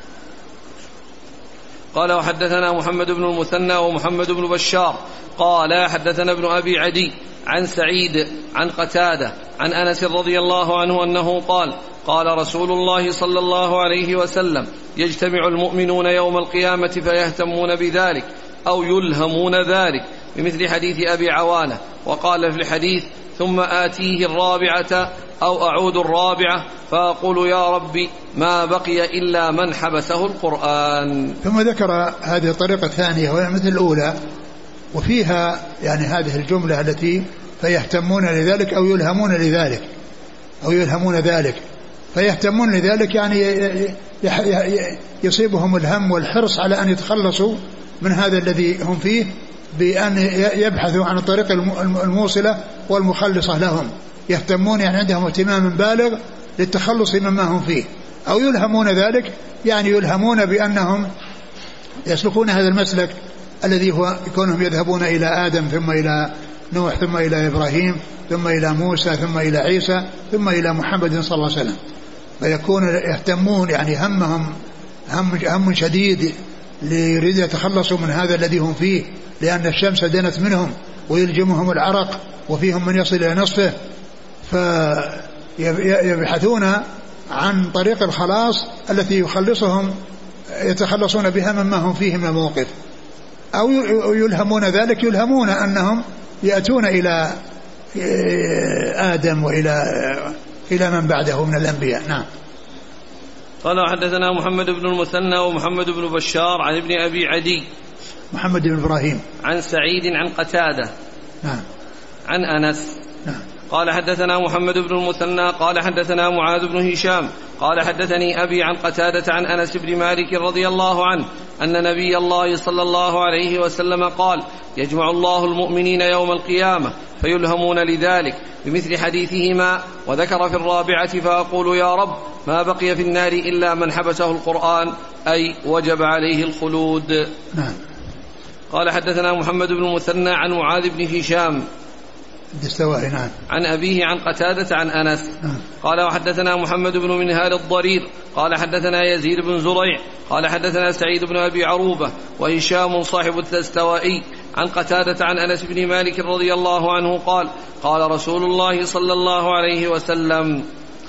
قال وحدثنا محمد بن المثنى ومحمد بن بشار قال حدثنا ابن أبي عدي عن سعيد عن قتادة عن أنس رضي الله عنه أنه قال قال رسول الله صلى الله عليه وسلم يجتمع المؤمنون يوم القيامة فيهتمون بذلك أو يلهمون ذلك بمثل حديث أبي عوانة. وقال في الحديث ثم آتيه الرابعة أو أعود الرابعة فأقول يا ربي ما بقي إلا من حبسه القرآن. ثم ذكر هذه الطريقة الثانية وهي مثل الأولى وفيها يعني هذه الجملة التي فيهتمون لذلك أو يلهمون لذلك أو يلهمون ذلك. فيهتمون لذلك يعني يصيبهم الهم والحرص على أن يتخلصوا من هذا الذي هم فيه بأن يبحثوا عن الطريق الموصلة والمخلصة لهم. يهتمون يعني عندهم اهتمام بالغ للتخلص مما هم فيه. أو يلهمون ذلك يعني يلهمون بأنهم يسلكون هذا المسلك الذي هو كونهم يذهبون إلى آدم ثم إلى نوح ثم إلى إبراهيم ثم إلى موسى ثم إلى عيسى ثم إلى محمد صلى الله عليه وسلم. فيكون يهتمون يعني همهم هم, هم شديد ليريد يتخلصوا من هذا الذي هم فيه، لأن الشمس دنت منهم ويلجمهم العرق وفيهم من يصل إلى نصفه، فيبحثون عن طريق الخلاص التي يخلصهم يتخلصون بها مما هم فيه من الموقف. أو يلهمون ذلك يلهمون أنهم يأتون إلى آدم وإلى إلى من بعده من الأنبياء. نعم. قال حدثنا محمد بن المثنى ومحمد بن بشار عن ابن أبي عدي محمد بن إبراهيم عن سعيد عن قتادة نعم عن أنس نعم. قال حدثنا محمد بن المثنى قال حدثنا معاذ بن هشام قال حدثني أبي عن قتادة عن أنس بن مالك رضي الله عنه أن نبي الله صلى الله عليه وسلم قال يجمع الله المؤمنين يوم القيامة فيلهمون لذلك بمثل حديثهما، وذكر في الرابعة فأقول يا رب ما بقي في النار إلا من حبسه القرآن أي وجب عليه الخلود. نعم. قال حدثنا محمد بن المثنى عن معاذ بن هشام الدستوائي نعم عن أبيه عن قتادة عن أنس نعم. قال وحدثنا محمد بن منهال الضرير قال حدثنا يزيد بن زريع قال حدثنا سعيد بن أبي عروبة وهشام صاحب الدستوائي عن قتادة عن أنس بن مالك رضي الله عنه قال قال رسول الله صلى الله عليه وسلم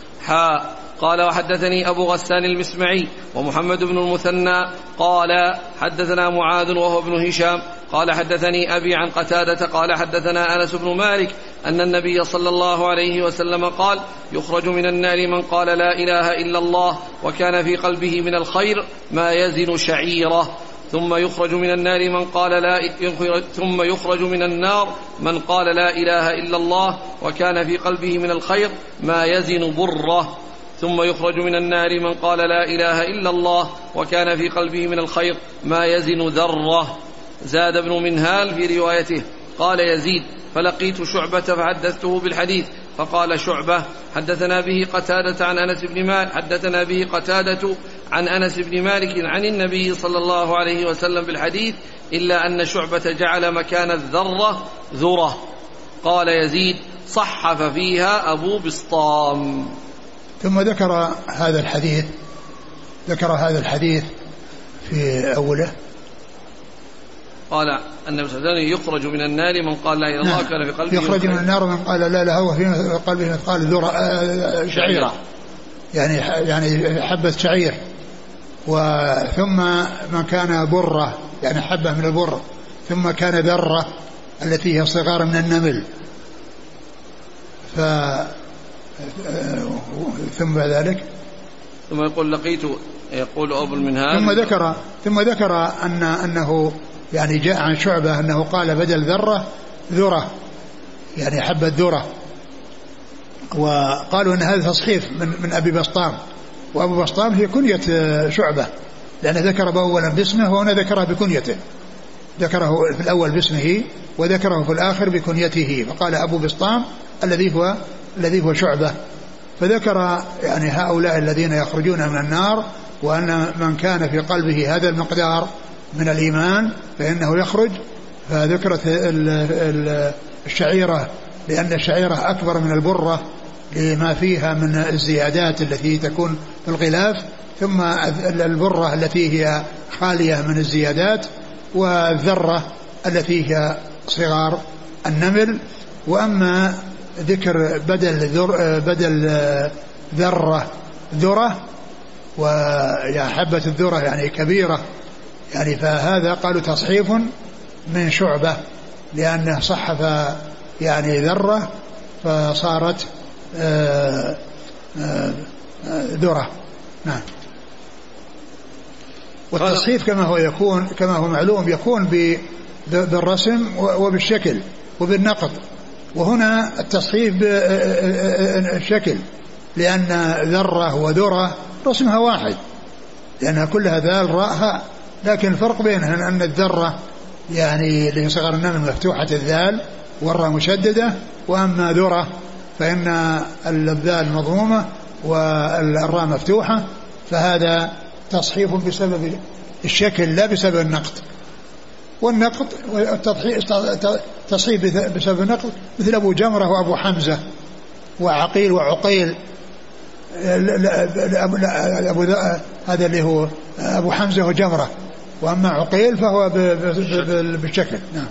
حا قال وحدثني أبو غسان المسمعي ومحمد بن المثنى قال حدثنا معاذ وهو ابن هشام قال حدثني أبي عن قتادة قال حدثنا أنس بن مالك أن النبي صلى الله عليه وسلم قال يخرج من النار من قال لا إله إلا الله وكان في قلبه من الخير ما يزن شعيرة ثم يخرج من النار من قال لا ثم يخرج من النار من قال لا إله إلا الله وكان في قلبه من الخير ما يزن بره ثم يخرج من النار من قال لا إله إلا الله وكان في قلبه من الخير ما يزن ذرة. زاد ابن منهال في روايته قال يزيد فلقيت شعبة فحدثته بالحديث فقال شعبة حدثنا به قتادة عن أنس بن مالك حدثنا به قتادة عن أنس بن مالك عن النبي صلى الله عليه وسلم بالحديث إلا أن شعبة جعل مكان الذرة ذرة. قال يزيد صحف فيها أبو بسطام. ثم ذكر هذا الحديث ذكر هذا الحديث في أوله قال النبي صلى الله عليه وسلم يخرج من النار من قال لا إله إلا الله كان في قلبه يخرج من النار من قال لا إله هو في قلبه مثقال ذرة شعيرة يعني يعني حبة شعير، وثم من كان برة يعني حبة من البر، ثم كان ذرة التي هي صغار من النمل، ف ثم ذلك ثم يقول لقيت يقول أبو المنهال ثم ذكر ثم ذكر أن أنه يعني جاء عن شعبة أنه قال بدل ذرة ذرة يعني حبة ذرة، وقالوا أن هذا تصحيف من, من أبي بسطام، وأبو بسطام هي كنية شعبة لأنه ذكر أولا باسمه وهنا ذكره بكنيته، ذكره في الأول باسمه وذكره في الآخر بكنيته، فقال أبو بسطام الذي هو الذي هو شعبة. فذكر يعني هؤلاء الذين يخرجون من النار وأن من كان في قلبه هذا المقدار من الإيمان فإنه يخرج، فذكرت الشعيرة لأن الشعيرة أكبر من البرة لما فيها من الزيادات التي تكون في الغلاف، ثم البرة التي هي خالية من الزيادات، والذرة التي هي صغار النمل. وأما ذكر بدل ذر بدل ذرة ذرة ويا حبة الذرة يعني كبيرة يعني، فهذا قالوا تصحيف من شعبة لأنه صحف يعني ذرة فصارت آآ آآ ذرة. نعم. والتصحيف كما هو يكون كما هو معلوم يكون بالرسم وبالشكل وبالنقط. وهنا التصحيف بالشكل، لأن ذرة وذرة رسمها واحد، لأنها كلها ذال راء هاء، لكن الفرق بينها أن الذرة يعني لصغر النمل مفتوحة الذال والراء مشددة، وأما ذرة فإن الذال مضمومة والراء مفتوحة، فهذا تصحيف بسبب الشكل لا بسبب النقط. والنقط تصحيف بسبب النقط مثل أبو جمرة وأبو حمزة وعقيل وعقيل. أبو هذا اللي هو أبو حمزة وجمرة، وأما عقيل فهو بالشكل. نعم.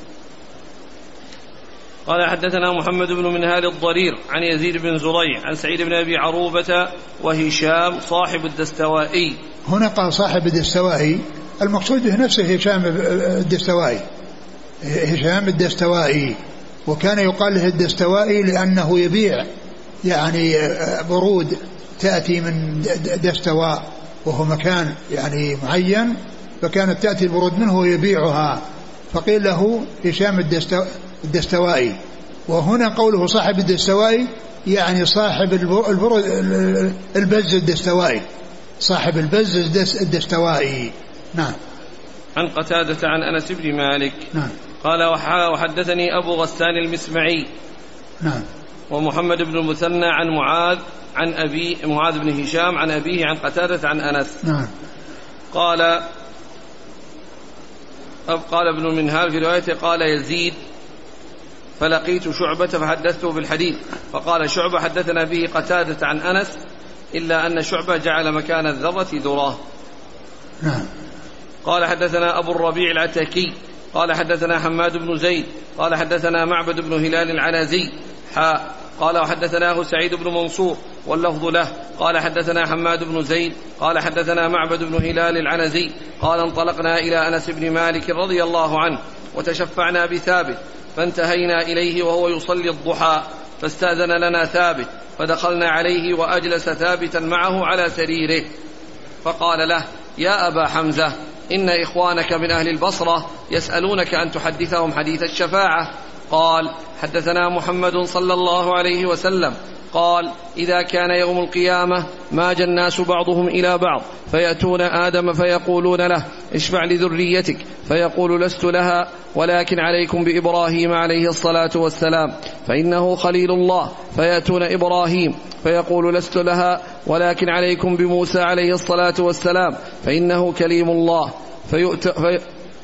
قال حدثنا محمد بن منهال الضرير عن يزيد بن زريع عن سعيد بن أبي عروبة وهشام صاحب الدستوائي. هنا قال صاحب الدستوائي، المقصود به نفسه هشام الدستوائي، هشام الدستوائي، وكان يقال له الدستوائي لأنه يبيع يعني برود تأتي من دستواء، وهو مكان يعني معين، فكانت تأتي البرود منه ويبيعها، فقيل له هشام الدستوائي. وهنا قوله صاحب الدستوائي يعني صاحب البرود البز الدستوائي، صاحب البز الدستوائي. نعم. عن قتادة عن أنس بن مالك. نعم. قال وحدثني أبو غسان المسمعي. نعم. ومحمد بن المثنى عن معاذ عن أبي معاذ بن هشام عن أبيه عن قتادة عن أنس. نعم. قال قال ابن المنهال في روايته قال يزيد فلقيت شعبة فحدثته بالحديث، فقال شعبة حدثنا به قتادة عن أنس إلا أن شعبة جعل مكان الذرة ذراه. نعم. قال حدثنا أبو الربيع العتاكي قال حدثنا حماد بن زيد قال حدثنا معبد بن هلال العنزي حاء قال وحدثناه سعيد بن منصور واللفظ له قال حدثنا حماد بن زيد قال حدثنا معبد بن هلال العنزي قال انطلقنا إلى أنس بن مالك رضي الله عنه وتشفعنا بثابت فانتهينا إليه وهو يصلي الضحى، فاستأذن لنا ثابت فدخلنا عليه وأجلس ثابتا معه على سريره، فقال له يا أبا حمزة إن إخوانك من أهل البصرة يسألونك أن تحدثهم حديث الشفاعة. قال حدثنا محمد صلى الله عليه وسلم قال إذا كان يوم القيامة ماج الناس بعضهم إلى بعض فيأتون آدم فيقولون له اشفع لذريتك، فيقول لست لها ولكن عليكم بإبراهيم عليه الصلاة والسلام فإنه خليل الله، فيأتون إبراهيم فيقول لست لها ولكن عليكم بموسى عليه الصلاة والسلام فإنه كليم الله، فيؤتى, في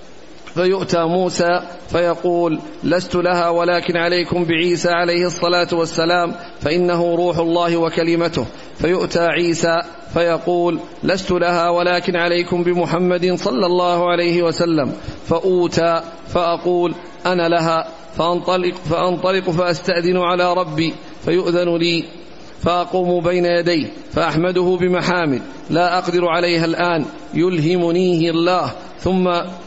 فيؤتى موسى فيقول لست لها ولكن عليكم بعيسى عليه الصلاة والسلام فإنه روح الله وكلمته، فيؤتى عيسى فيقول لست لها ولكن عليكم بمحمد صلى الله عليه وسلم، فأوتى فأقول أنا لها، فأنطلق, فأنطلق فأستأذن على ربي فيؤذن لي، فأقوم بين يديه فأحمده بمحامد لا أقدر عليها الآن يلهمنيه الله، ثم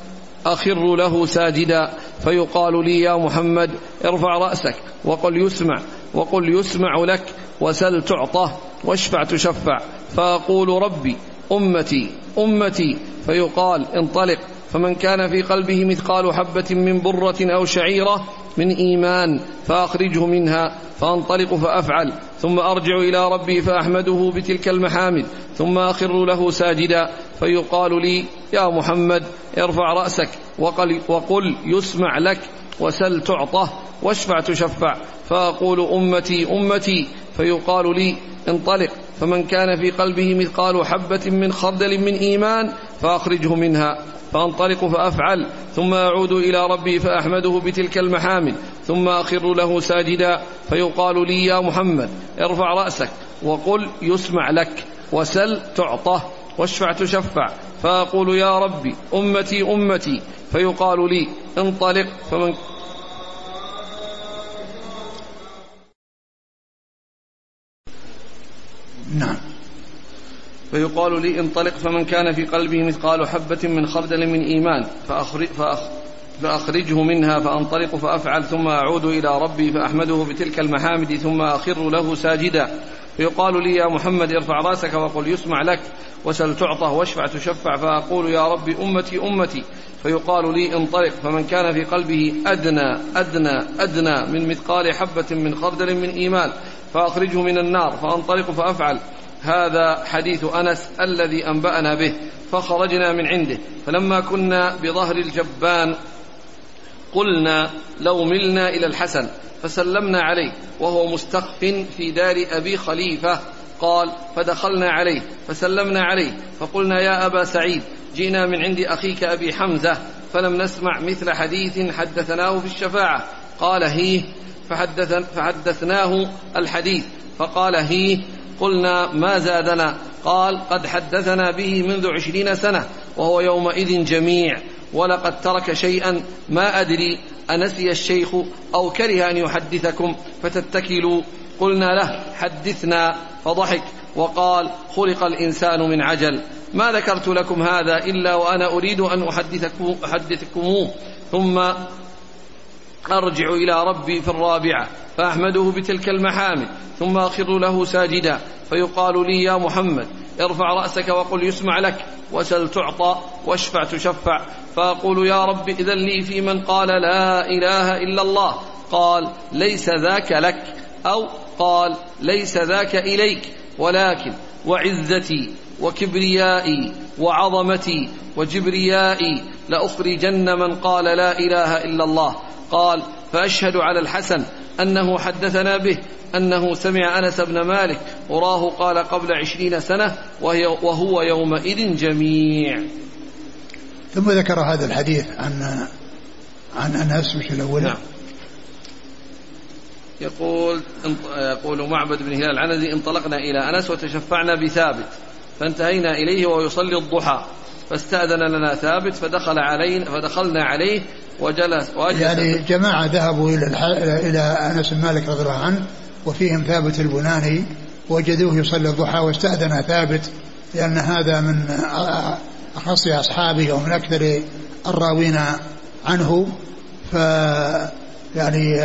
أخر له ساجدا فيقال لي يا محمد ارفع رأسك وقل يسمع وقل يسمع لك وسل تعطه واشفع تشفع، فأقول ربي أمتي أمتي، فيقال انطلق، فمن كان في قلبه مثقال حبة من برة أو شعيرة من إيمان فأخرجه منها، فأنطلق فأفعل، ثم أرجع إلى ربي فأحمده بتلك المحامد، ثم أخر له ساجدا فيقال لي يا محمد ارفع رأسك وقل, وقل يسمع لك وسل تعطه واشفع تشفع، فأقول أمتي أمتي، فيقال لي انطلق، فمن كان في قلبه مثقال حبة من خردل من إيمان فأخرجه منها، فأنطلق فأفعل، ثم أعود إلى ربي فأحمده بتلك المحامد، ثم أخر له ساجدا فيقال لي يا محمد ارفع رأسك وقل يسمع لك وسل تعطه واشفع تشفع، فأقول يا ربي أمتي أمتي، فيقال لي انطلق، فمن نعم فيقال لي انطلق، فمن كان في قلبه مثقال حبة من خردل من إيمان فأخرج فأخ فأخرجه منها، فأنطلق فأفعل، ثم أعود إلى ربي فأحمده بتلك المحامد، ثم أخر له ساجدا فيقال لي يا محمد ارفع رأسك وقل يسمع لك، وسل تعطى، واشفع تشفع، فأقول يا رب أمتي أمتي، فيقال لي انطلق، فمن كان في قلبه أدنى أدنى أدنى من مثقال حبة من خردل من إيمان فأخرجه من النار، فأنطلق فأفعل. هذا حديث أنس الذي أنبأنا به. فخرجنا من عنده، فلما كنا بظهر الجبان قلنا لو ملنا إلى الحسن، فسلمنا عليه وهو مستخف في دار أبي خليفة. قال فدخلنا عليه فسلمنا عليه فقلنا يا أبا سعيد جئنا من عند أخيك أبي حمزة فلم نسمع مثل حديث حدثناه في الشفاعة. قال هيه، فحدثناه الحديث فقال هيه. قلنا ما زادنا؟ قال قد حدثنا به منذ عشرين سنة وهو يومئذ جميع، ولقد ترك شيئا ما أدري أنسي الشيخ أو كره أن يحدثكم فتتكلوا. قلنا له حدثنا، فضحك وقال خلق الإنسان من عجل، ما ذكرت لكم هذا إلا وأنا أريد أن أحدثكم أحدثكموه، ثم أرجع إلى ربي في الرابعة فأحمده بتلك المحامد، ثم أخر له ساجدا، فيقال لي يا محمد ارفع رأسك وقل يسمع لك، وسل تعطى، واشفع تشفع، فأقول يا رب إذن لي في من قال لا إله إلا الله. قال ليس ذاك لك، أو قال ليس ذاك إليك، ولكن وعزتي وكبريائي وعظمتي وجبريائي لأخرجن من قال لا إله إلا الله. قال فأشهد على الحسن أنه حدثنا به أنه سمع أنس بن مالك وراه قال قبل عشرين سنة وهو يومئذ جميع. ثم ذكر هذا الحديث عن عن أنس مش الأول. نعم. يقول يقول معبد بن هلال العنزي انطلقنا إلى أنس وتشفعنا بثابت فانتهينا إليه وهو يصلي الضحى، فاستأذن لنا ثابت فدخل علينا فدخلنا عليه وجلس وأجلس. يعني جماعة ذهبوا إلى إلى أنس بن مالك رضي الله عنه وفيهم ثابت البناني، وجدوه يصلي الضحى واستأذن ثابت لأن هذا من أخص أصحابه ومن أكثر الراوين عنه. ف يعني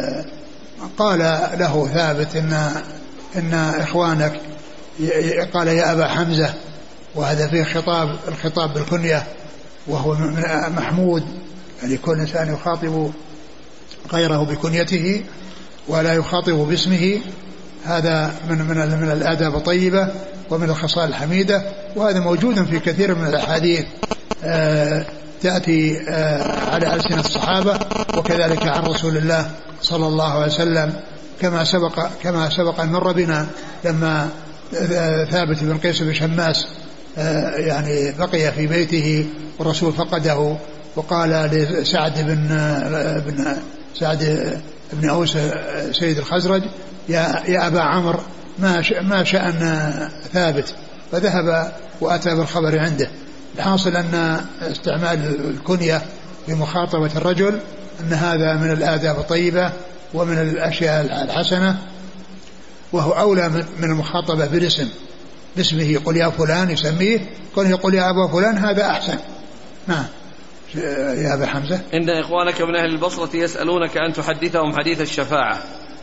قال له ثابت إن إن إخوانك، قال يا أبا حمزة، وهذا فيه خطاب الخطاب بالكنية وهو محمود، يعني كل إنسان يخاطب غيره بكنيته ولا يخاطب باسمه، هذا من من من الآداب الطيبة ومن الخصال الحميدة، وهذا موجود في كثير من الأحاديث آه تأتي آه على ألسنة الصحابة وكذلك عن رسول الله صلى الله عليه وسلم، كما سبق كما سبق أن مر بنا لما آه ثابت بن قيس بن شماس آه يعني بقي في بيته والرسول فقده، وقال لسعد بن بن سعد بن أوس سيد الخزرج يا يا أبا عمرو ما ما شأن ثابت، فذهب وأتى بالخبر عنده. الحاصل أن استعمال الكنية في مخاطبة الرجل أن هذا من الآداب الطيبة ومن الأشياء الحسنة، وهو أولى من المخاطبة بالاسم، باسمه يقول يا فلان يسميه، كونه يقول يا أبا فلان هذا أحسن. نعم. يا أبا حمزة إن إخوانك من أهل البصرة يسألونك أن تحدثهم حديث الشفاعة.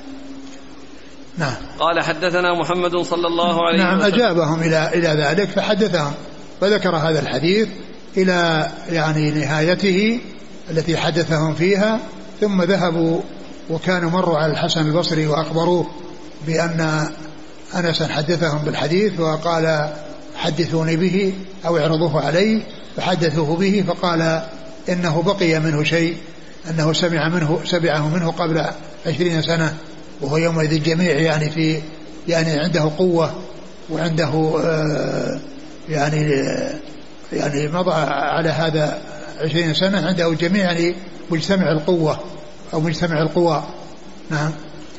نعم. قال حدثنا محمد صلى الله عليه نعم وسلم. نعم أجابهم إلى إلى ذلك فحدثهم، فذكر هذا الحديث إلى يعني نهايته التي حدثهم فيها، ثم ذهبوا وكانوا مروا على الحسن البصري وأخبروه بأن أنسا حدثهم بالحديث، وقال حدثوني به أو اعرضوه علي، فحدثوه به فقال إنه بقي منه شيء، أنه سمع منه سمعه منه قبل عشرين سنة وهو يومئذ الجميع، يعني في يعني عنده قوة وعنده آه يعني يعني مضى على هذا عشرين سنة عنده الجميع، يعني مجتمع القوة أو مجتمع القوى. نعم.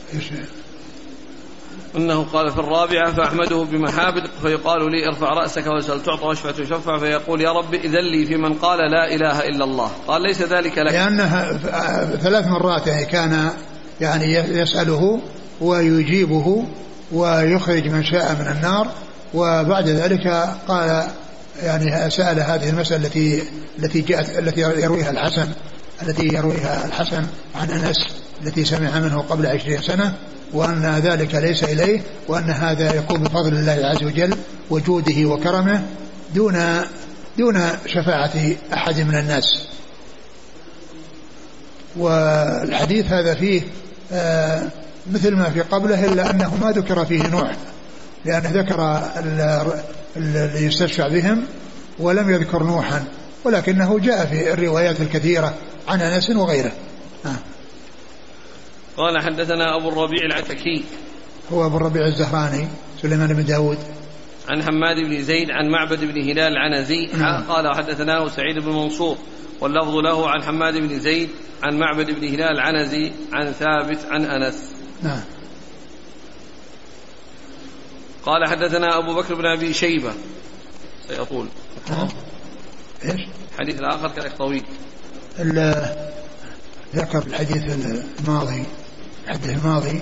إنه قال في الرابعة فأحمده بمحابد، فيقال لي ارفع رأسك وسل تعطى واشفع تشفع، فيقول يا رب إذن لي في من قال لا إله إلا الله. قال ليس ذلك لك، لأنها ثلاث مرات يعني كان يعني يسأله ويجيبه ويخرج من شاء من النار، وبعد ذلك قال يعني سأل هذه المسألة التي التي جاءت التي يرويها الحسن التي يرويها الحسن عن أنس التي سمع منه قبل عشرين سنة، وأن ذلك ليس إليه، وأن هذا يكون بفضل الله عز وجل وجوده وكرمه دون دون شفاعة أحد من الناس. والحديث هذا فيه آه مثل ما في قبله، إلا أنه ما ذكر فيه نوح، لأنه ذكر اللي يستشفع بهم ولم يذكر نوحا، ولكنه جاء في الروايات الكثيرة عن أنس وغيره. آه. قال حدثنا أبو الربيع العتكي هو أبو الربيع الزهراني سليمان بن داود عن حماد بن زيد عن معبد بن هلال العنزي قال حدثناه سعيد بن منصور واللفظ له عن حماد بن زيد عن معبد بن هلال العنزي عن ثابت عن أنس. نعم. قال حدثنا أبو بكر بن أبي شيبة سيطول إيش الحديث الآخر كان طويل. ذكر الحديث الماضي الحديث الماضي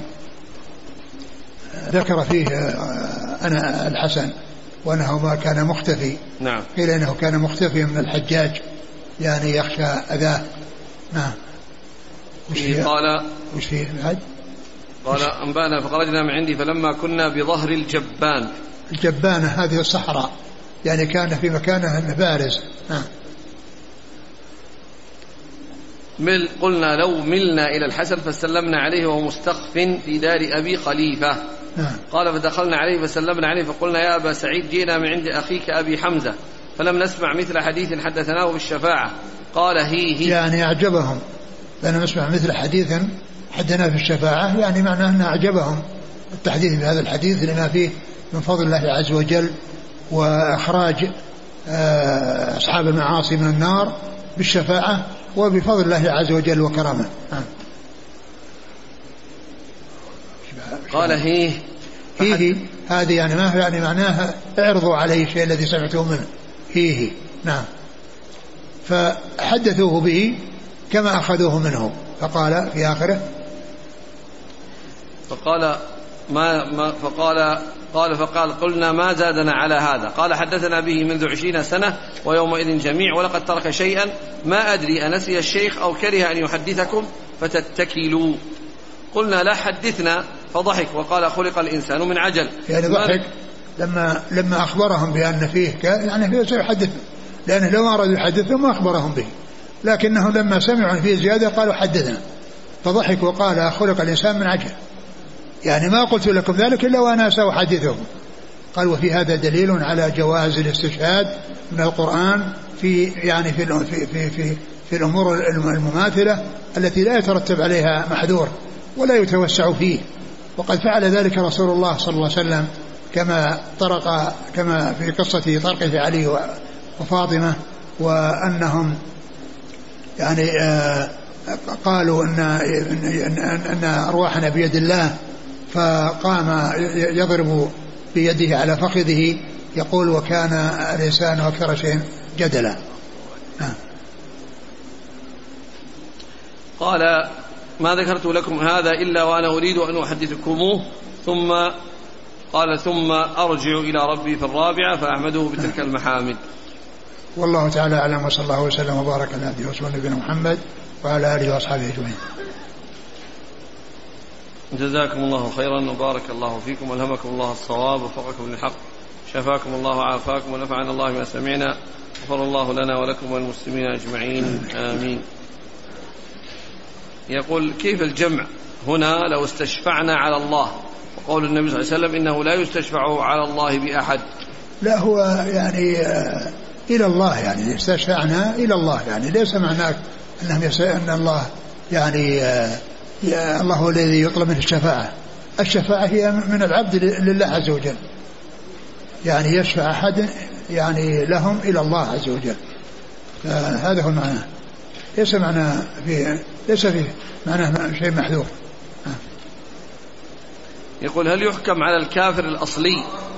ذكر فيه أنا الحسن وأنه ما كان مختفي. نعم. قيل إنه كان مختفي من الحجاج يعني يخشى أذاه. نعم. وش قال وش فيه الحج؟ قال أنبانا فخرجنا من عندي فلما كنا بظهر الجبان. الجبانة هذه الصحراء يعني كان في مكانه بارز. نعم. مل قلنا لو ملنا إلى الحسن فسلمنا عليه وهو مستخف في دار أبي خليفة. نعم. قال فدخلنا عليه فسلمنا عليه فقلنا يا أبا سعيد جئنا من عند أخيك أبي حمزة فلم نسمع مثل حديث حدثناه بالشفاعة. قال هي هي يعني أعجبهم لأنه نسمع مثل حديث حدنا في الشفاعة، يعني معناه أنه أعجبهم التحديث بهذا الحديث لما فيه من فضل الله عز وجل وإخراج أصحاب المعاصي من النار بالشفاعة وبفضل الله عز وجل وكرمه. قال هي هي هذه يعني ما يعني معناها اعرضوا عليه الشيء الذي سمعتوه منه. هي هي. نعم. فحدثوه به كما أخذوه منه. فقال في آخره فقال ما, ما فقال قال فقال قلنا ما زادنا على هذا. قال حدثنا به منذ عشرين سنة ويومئذ جميع ولقد ترك شيئا ما أدري أنسي الشيخ أو كره أن يحدثكم فتتكلوا. قلنا لا حدثنا فضحك وقال خلق الإنسان من عجل. يعني ضحك لما لما أخبرهم بأن فيه يعني فيه سيحدث، لأنه لو أرادوا يحدثهم ما أخبرهم به، لكنهم لما سمعوا فيه زيادة قالوا حدثنا فضحك وقال خلق الإنسان من عجل، يعني ما قلت لكم ذلك إلا وأنا سأحدثهم. قال وفي هذا دليل على جواز الاستشهاد من القرآن في يعني في في في في, في الأمور المماثلة التي لا يترتب عليها محذور ولا يتوسع فيه، وقد فعل ذلك رسول الله صلى الله عليه وسلم كما طرق كما في قصة طرقه علي وفاطمة، وأنهم يعني آه قالوا أن, أن, أن أرواحنا بيد الله، فقام يضرب بيده على فخذه يقول وكان الإنسان أكثر شيء جدلا. قال ما ذكرت لكم هذا إلا وأنا أريد أن أحدثكموه. ثم قال ثم أرجع إلى ربي في الرابعة فأحمده بتلك المحامد. والله تعالى أعلم وصلى الله وسلم وبارك على عبده ورسوله نبينا محمد وعلى آله وأصحابه أجمعين. جزاكم الله خيرا وبارك الله فيكم والهمكم الله الصواب ووفقكم للحق، شفاكم الله وعافاكم ونفعنا الله ما سمعنا، غفر الله لنا ولكم والمسلمين أجمعين آمين. يقول كيف الجمع هنا لو استشفعنا على الله، وقول النبي صلى الله عليه وسلم إنه لا يستشفع على الله بأحد؟ لا هو يعني إلى الله، يعني استشفعنا إلى الله، يعني ليس معناه أنهم أن الله يعني يا الله هو الذي يطلب منه الشفاعة. الشفاعة هي من العبد لله عز وجل، يعني يشفع أحد يعني لهم إلى الله عز وجل، هذا هو المعنى، ليس معنى فيه ليس فيه معنى شيء محذور. يقول هل يحكم على الكافر الأصلي